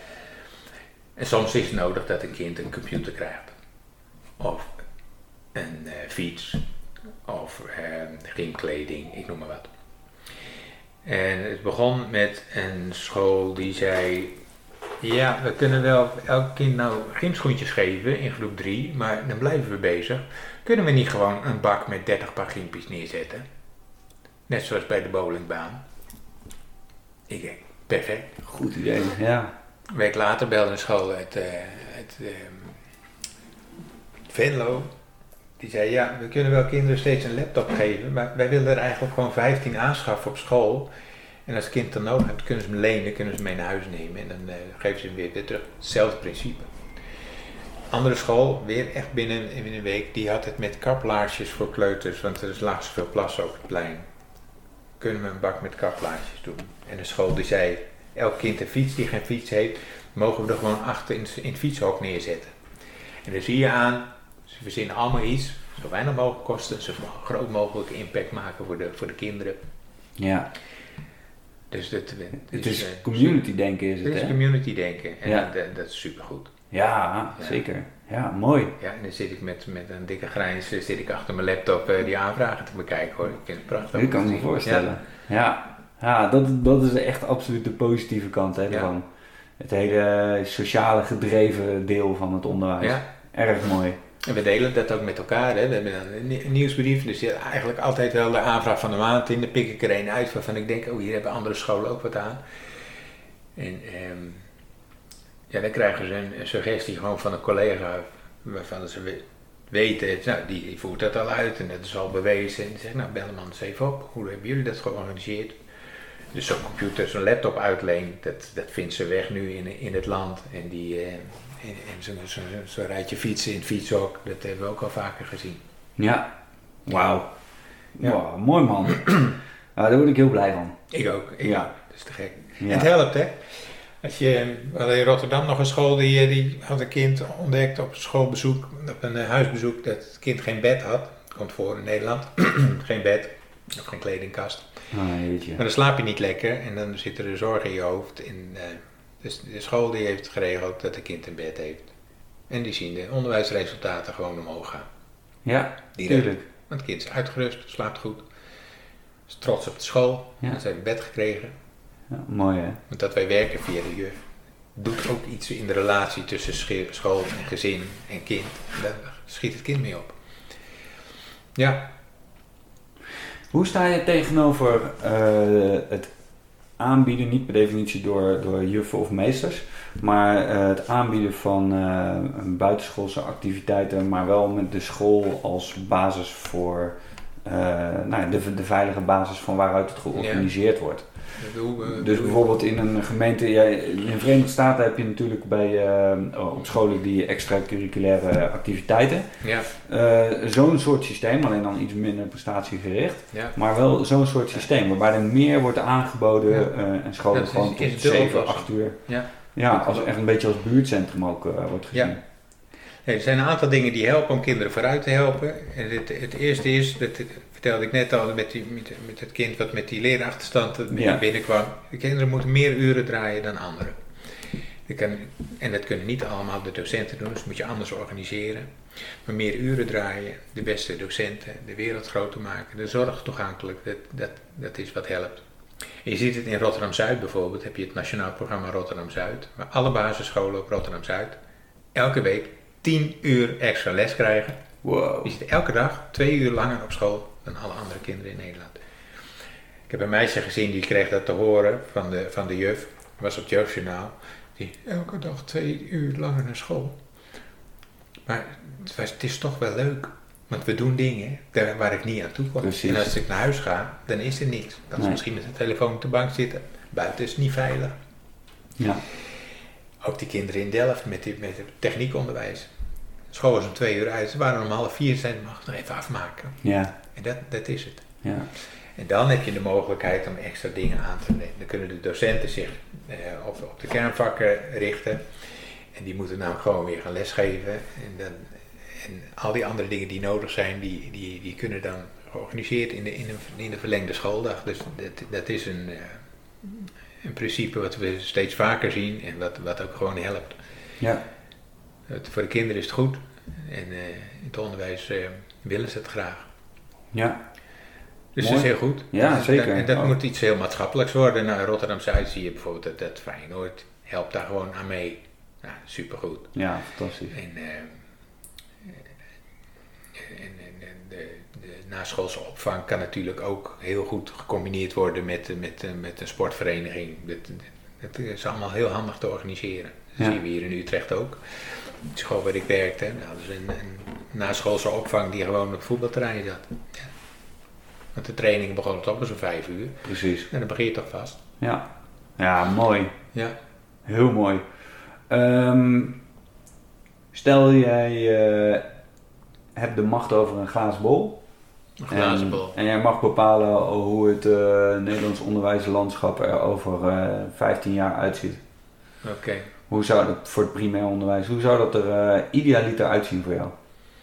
En soms is het nodig dat een kind een computer krijgt. Of een fiets. Of gymkleding, ik noem maar wat. En het begon met een school die zei, Ja, we kunnen wel elk kind nou gymschoentjes geven in groep 3, maar dan blijven we bezig. Kunnen we niet gewoon een bak met 30 paar gympjes neerzetten? Net zoals bij de bowlingbaan. Ik denk, perfect. Goed idee, ja. Een week later belde een school uit Venlo. Die zei, ja, we kunnen wel kinderen steeds een laptop geven, maar wij willen er eigenlijk gewoon 15 aanschaffen op school. En als het kind dan nodig heeft, kunnen ze hem lenen, kunnen ze hem mee naar huis nemen en dan geven ze hem weer terug. Hetzelfde principe. Andere school, weer echt binnen een week, die had het met kaplaarsjes voor kleuters, want er lag zoveel plas op het plein. Kunnen we een bak met kaplaarsjes doen? En de school die zei, elk kind een fiets die geen fiets heeft, mogen we er gewoon achter in het fietshok neerzetten. En dan zie je aan, ze verzinnen allemaal iets, zo weinig mogelijk kosten, zo groot mogelijke impact maken voor de kinderen. Ja. Dus het is community denken is het, Het is hè? community denken en Ja. dat is supergoed. Ja, zeker. Ja, mooi. Ja, en dan zit ik met een dikke grijns zit ik achter mijn laptop die aanvragen te bekijken hoor. Ik vind het prachtig. Dat kan ik me voorstellen. Ja, dat is echt absoluut de positieve kant hè, ervan. Het hele sociale gedreven deel van het onderwijs. Ja. Erg mooi. En we delen dat ook met elkaar. Hè. We hebben een nieuwsbrief, dus eigenlijk altijd wel de aanvraag van de maand in. Dan pik ik er een uit waarvan ik denk, oh hier hebben andere scholen ook wat aan. En dan krijgen ze een suggestie gewoon van een collega waarvan ze weten, nou die voert dat al uit en dat is al bewezen. En die zegt, nou bel hem anders even op, hoe hebben jullie dat georganiseerd? Dus zo'n computer, zo'n laptop uitleen, dat vindt ze weg nu in het land. En zo'n rijtje fietsen in het fietshok, dat hebben we ook al vaker gezien. Ja, wauw. Ja. Wow, mooi man. Daar word ik heel blij van. Ik ook. Dat is te gek. Ja. Het helpt hè. We hadden in Rotterdam nog een school die had een kind ontdekt op schoolbezoek, op een huisbezoek, dat het kind geen bed had. Komt voor in Nederland. Geen bed, of geen kledingkast. Maar dan slaap je niet lekker en dan zitten er zorgen in je hoofd. En, dus de school die heeft geregeld dat het kind een bed heeft. En die zien de onderwijsresultaten gewoon omhoog gaan. Ja, direct. tuurlijk. Want het kind is uitgerust, slaapt goed. Is trots op de school. Ja. En ze hebben bed gekregen. Ja, mooi hè. Want dat wij werken via de juf doet ook iets in de relatie tussen school en gezin en kind. Daar schiet het kind mee op. Ja. Hoe sta je tegenover het aanbieden, niet per definitie door juffen of meesters, maar het aanbieden van buitenschoolse activiteiten, maar wel met de school als basis voor de veilige basis van waaruit het georganiseerd wordt? Dus bijvoorbeeld in een gemeente, in de Verenigde Staten heb je natuurlijk op scholen die extracurriculaire activiteiten. Ja. Zo'n soort systeem, alleen dan iets minder prestatiegericht, maar wel zo'n soort systeem waarbij er meer wordt aangeboden en scholen gewoon tot 7, 8 uur. Als echt een beetje als buurtcentrum ook wordt gezien. Ja. Nee, er zijn een aantal dingen die helpen om kinderen vooruit te helpen. En het eerste is, dat vertelde ik net al met het kind wat met die leerachterstand binnenkwam. De kinderen moeten meer uren draaien dan anderen. En dat kunnen niet allemaal de docenten doen, dus dat moet je anders organiseren. Maar meer uren draaien, de beste docenten, de wereld groter maken, de zorg toegankelijk, dat is wat helpt. En je ziet het in Rotterdam-Zuid bijvoorbeeld, heb je het Nationaal Programma Rotterdam-Zuid, waar alle basisscholen op Rotterdam-Zuid elke week 10 uur extra les krijgen. Wow. Die zitten elke dag 2 uur langer op school dan alle andere kinderen in Nederland. Ik heb een meisje gezien die kreeg dat te horen van de juf, was op het jeugdjournaal, die elke dag 2 uur langer naar school. Maar het is toch wel leuk, want we doen dingen waar ik niet aan toe kom. Precies. En als ik naar huis ga, dan is er niks. Dan is misschien met de telefoon op de bank zitten, buiten is het niet veilig. Ja. Ook die kinderen in Delft met het techniekonderwijs. De school was om 2 uur uit, ze waren om 3:30, ze mag het nog even afmaken. Ja. En dat is het. Ja. En dan heb je de mogelijkheid om extra dingen aan te nemen. Dan kunnen de docenten zich op de kernvakken richten. En die moeten namelijk gewoon weer gaan lesgeven. En al die andere dingen die nodig zijn, die kunnen dan georganiseerd in de verlengde schooldag. Dus dat is een principe wat we steeds vaker zien en wat ook gewoon helpt. Ja. Voor de kinderen is het goed en in het onderwijs willen ze het graag. Ja. Dus dat is heel goed. Ja, zeker. En dat moet iets heel maatschappelijks worden. Nou, in Rotterdam-Zuid zie je bijvoorbeeld dat Feyenoord, helpt daar gewoon aan mee. Nou, supergoed. Ja, fantastisch. En de naschoolse opvang kan natuurlijk ook heel goed gecombineerd worden met een sportvereniging. Dat is allemaal heel handig te organiseren. Dat zien we hier in Utrecht ook. De school waar ik werkte, daar hadden ze een naschoolse opvang die gewoon op het voetbalterrein zat. Ja. Want de training begon toch om zo'n 5 uur. Precies. En dan begin je toch vast. Ja, mooi. Ja. Heel mooi. Stel jij hebt de macht over een glazen bol. Een glazen bol. En jij mag bepalen hoe het Nederlands onderwijslandschap er over 15 jaar uitziet. Oké. Hoe zou dat voor het primair onderwijs, hoe zou dat er idealiter uitzien voor jou?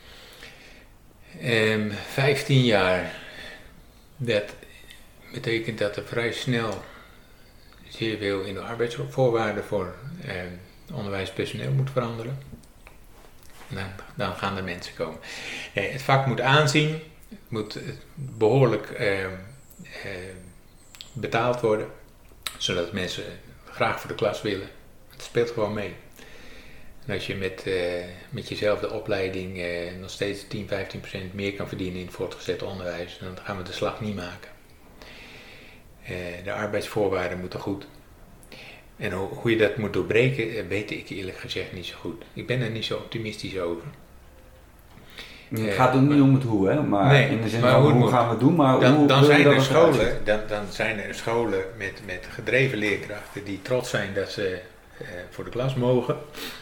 15 jaar. Dat betekent dat er vrij snel zeer veel in de arbeidsvoorwaarden voor onderwijspersoneel moet veranderen. Dan gaan er mensen komen. Het vak moet aanzien, moet behoorlijk betaald worden, zodat mensen graag voor de klas willen. Het speelt gewoon mee. En als je met jezelfde opleiding nog steeds 10-15% meer kan verdienen in het voortgezet onderwijs, dan gaan we de slag niet maken. De arbeidsvoorwaarden moeten goed. En hoe je dat moet doorbreken, weet ik eerlijk gezegd niet zo goed. Ik ben er niet zo optimistisch over. Het gaat ook niet om het hoe, hè? Maar nee, in de zin maar van hoe gaan we het doen, maar dan zijn er scholen met gedreven leerkrachten die trots zijn dat ze voor de klas mogen.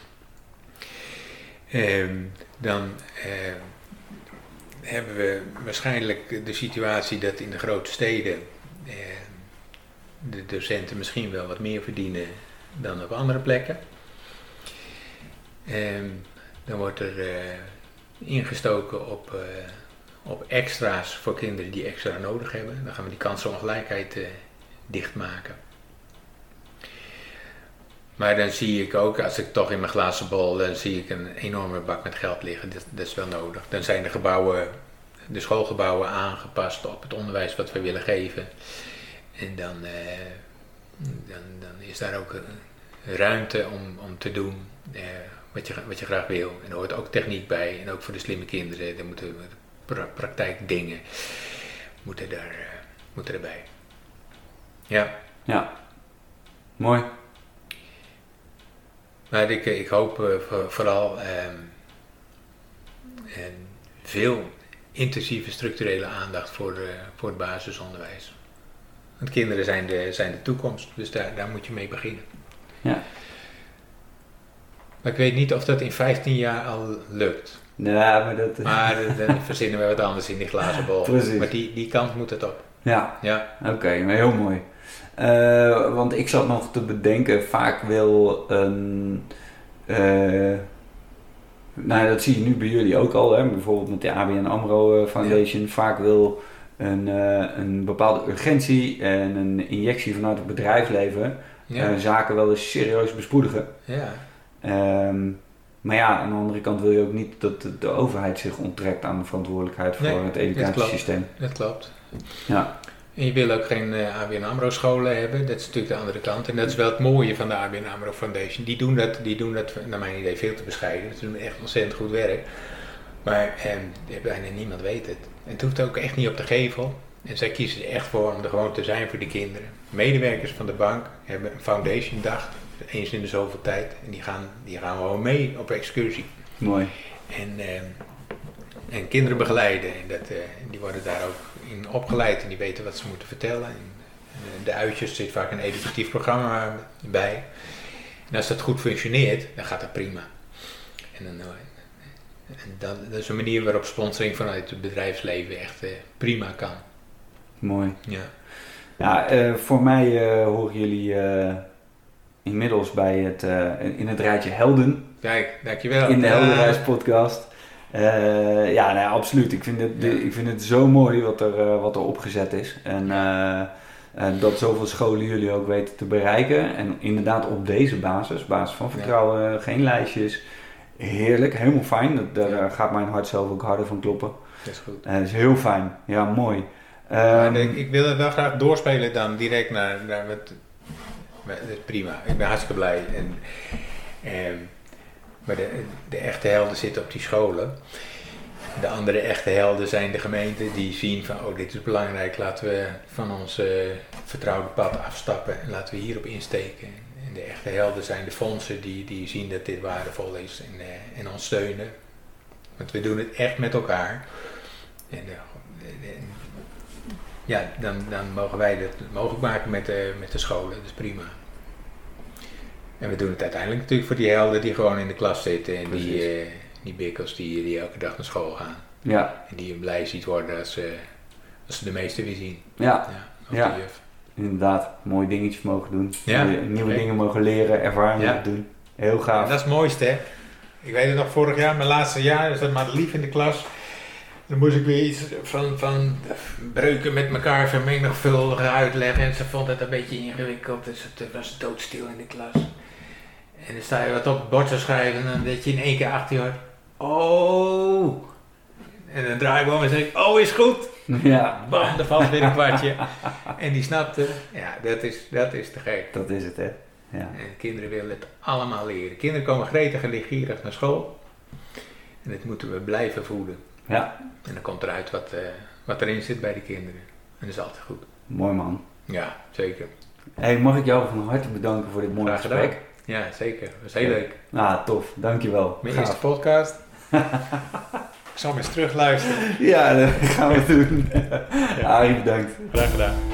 Dan hebben we waarschijnlijk de situatie dat in de grote steden de docenten misschien wel wat meer verdienen dan op andere plekken. Dan wordt er ingestoken op extra's voor kinderen die extra nodig hebben. Dan gaan we die kansenongelijkheid dichtmaken. Maar dan zie ik ook, als ik toch in mijn glazen bol, dan zie ik een enorme bak met geld liggen. Dat is wel nodig. Dan zijn de schoolgebouwen aangepast op het onderwijs wat we willen geven. En dan is daar ook ruimte om te doen wat je graag wil. En er hoort ook techniek bij. En ook voor de slimme kinderen, er moeten praktijkdingen moeten erbij. Ja, mooi. Maar ik hoop vooral veel intensieve structurele aandacht voor het basisonderwijs. Want kinderen zijn de toekomst, dus daar moet je mee beginnen. Ja. Maar ik weet niet of dat in 15 jaar al lukt. Ja, maar dan verzinnen we wat anders in die glazen bol. Precies. Maar die kant moet het op. Ja. Oké, maar heel mooi. Want ik zat nog te bedenken, vaak wil dat zie je nu bij jullie ook al, hè? Bijvoorbeeld met de ABN AMRO Foundation. Vaak wil een bepaalde urgentie en een injectie vanuit het bedrijfsleven zaken wel eens serieus bespoedigen. Ja. Maar ja, aan de andere kant wil je ook niet dat de overheid zich onttrekt aan de verantwoordelijkheid voor het educatiesysteem. Dat klopt. Ja. En je wil ook geen ABN AMRO scholen hebben, dat is natuurlijk de andere kant. En dat is wel het mooie van de ABN AMRO Foundation. Die doen dat naar mijn idee veel te bescheiden. Ze doen echt ontzettend goed werk. Maar bijna niemand weet het. En het hoeft ook echt niet op de gevel. En zij kiezen er echt voor om er gewoon te zijn voor de kinderen. Medewerkers van de bank hebben een foundation dag, eens in de zoveel tijd. En die gaan gewoon mee op excursie. Mooi. En kinderen begeleiden. En die worden daar ook in opgeleid en die weten wat ze moeten vertellen. En de uitjes zit vaak een educatief programma bij. En als dat goed functioneert, dan gaat dat prima. En dat is een manier waarop sponsoring vanuit het bedrijfsleven echt prima kan. Mooi. Ja. Ja, voor mij horen jullie inmiddels bij in het rijtje helden. Kijk, dankjewel. In de Heldenreis podcast. Absoluut. Ik vind het zo mooi wat er opgezet is. En dat zoveel scholen jullie ook weten te bereiken. En inderdaad op deze basis van vertrouwen, geen lijstjes. Heerlijk, helemaal fijn. Daar gaat mijn hart zelf ook harder van kloppen. Dat is goed. Dat is heel fijn. Ja, mooi. Ik wil het wel graag doorspelen dan direct naar Maar dat is prima. Ik ben hartstikke blij. Maar de echte helden zitten op die scholen. De andere echte helden zijn de gemeenten die zien van, oh, dit is belangrijk, laten we van ons vertrouwde pad afstappen en laten we hierop insteken. En de echte helden zijn de fondsen die zien dat dit waardevol is en ons steunen. Want we doen het echt met elkaar. En dan mogen wij dat mogelijk maken met de scholen, dat is prima. En we doen het uiteindelijk natuurlijk voor die helden die gewoon in de klas zitten en die bikkels die elke dag naar school gaan. Ja. En die je blij ziet worden als ze de meester weer zien. Ja. Of Ja. de juf. Inderdaad, mooie dingetjes mogen doen. Ja. Nieuwe dingen mogen leren, ervaringen doen. Heel gaaf. En dat is het mooiste, hè. Ik weet het nog, vorig jaar, mijn laatste jaar, zat Madelief in de klas. Dan moest ik weer iets van breuken met elkaar vermenigvuldigen uitleggen. En ze vond het een beetje ingewikkeld, dus het was doodstil in de klas. En dan sta je wat op het bord te schrijven en dan dat je in één keer achter je hoort, oh. En dan draai ik om en zeg ik, oh, is goed. Ja. Bam, er valt weer een kwartje. En die snapte, ja, dat is te gek. Dat is het, hè. Ja. En kinderen willen het allemaal leren. Kinderen komen gretig en leergierig naar school. En dat moeten we blijven voeden. Ja. En dan komt eruit wat erin zit bij de kinderen. En dat is altijd goed. Mooi man. Ja, zeker. Hey, mag ik jou van harte bedanken voor dit mooie Graag gedaan. gesprek? Ja, zeker. Dat was heel leuk. Nou, tof. Dankjewel. Mijn Gaaf. eerste podcast. Ik zal hem eens terugluisteren. Ja, dat gaan we doen. Arie, bedankt. Graag gedaan.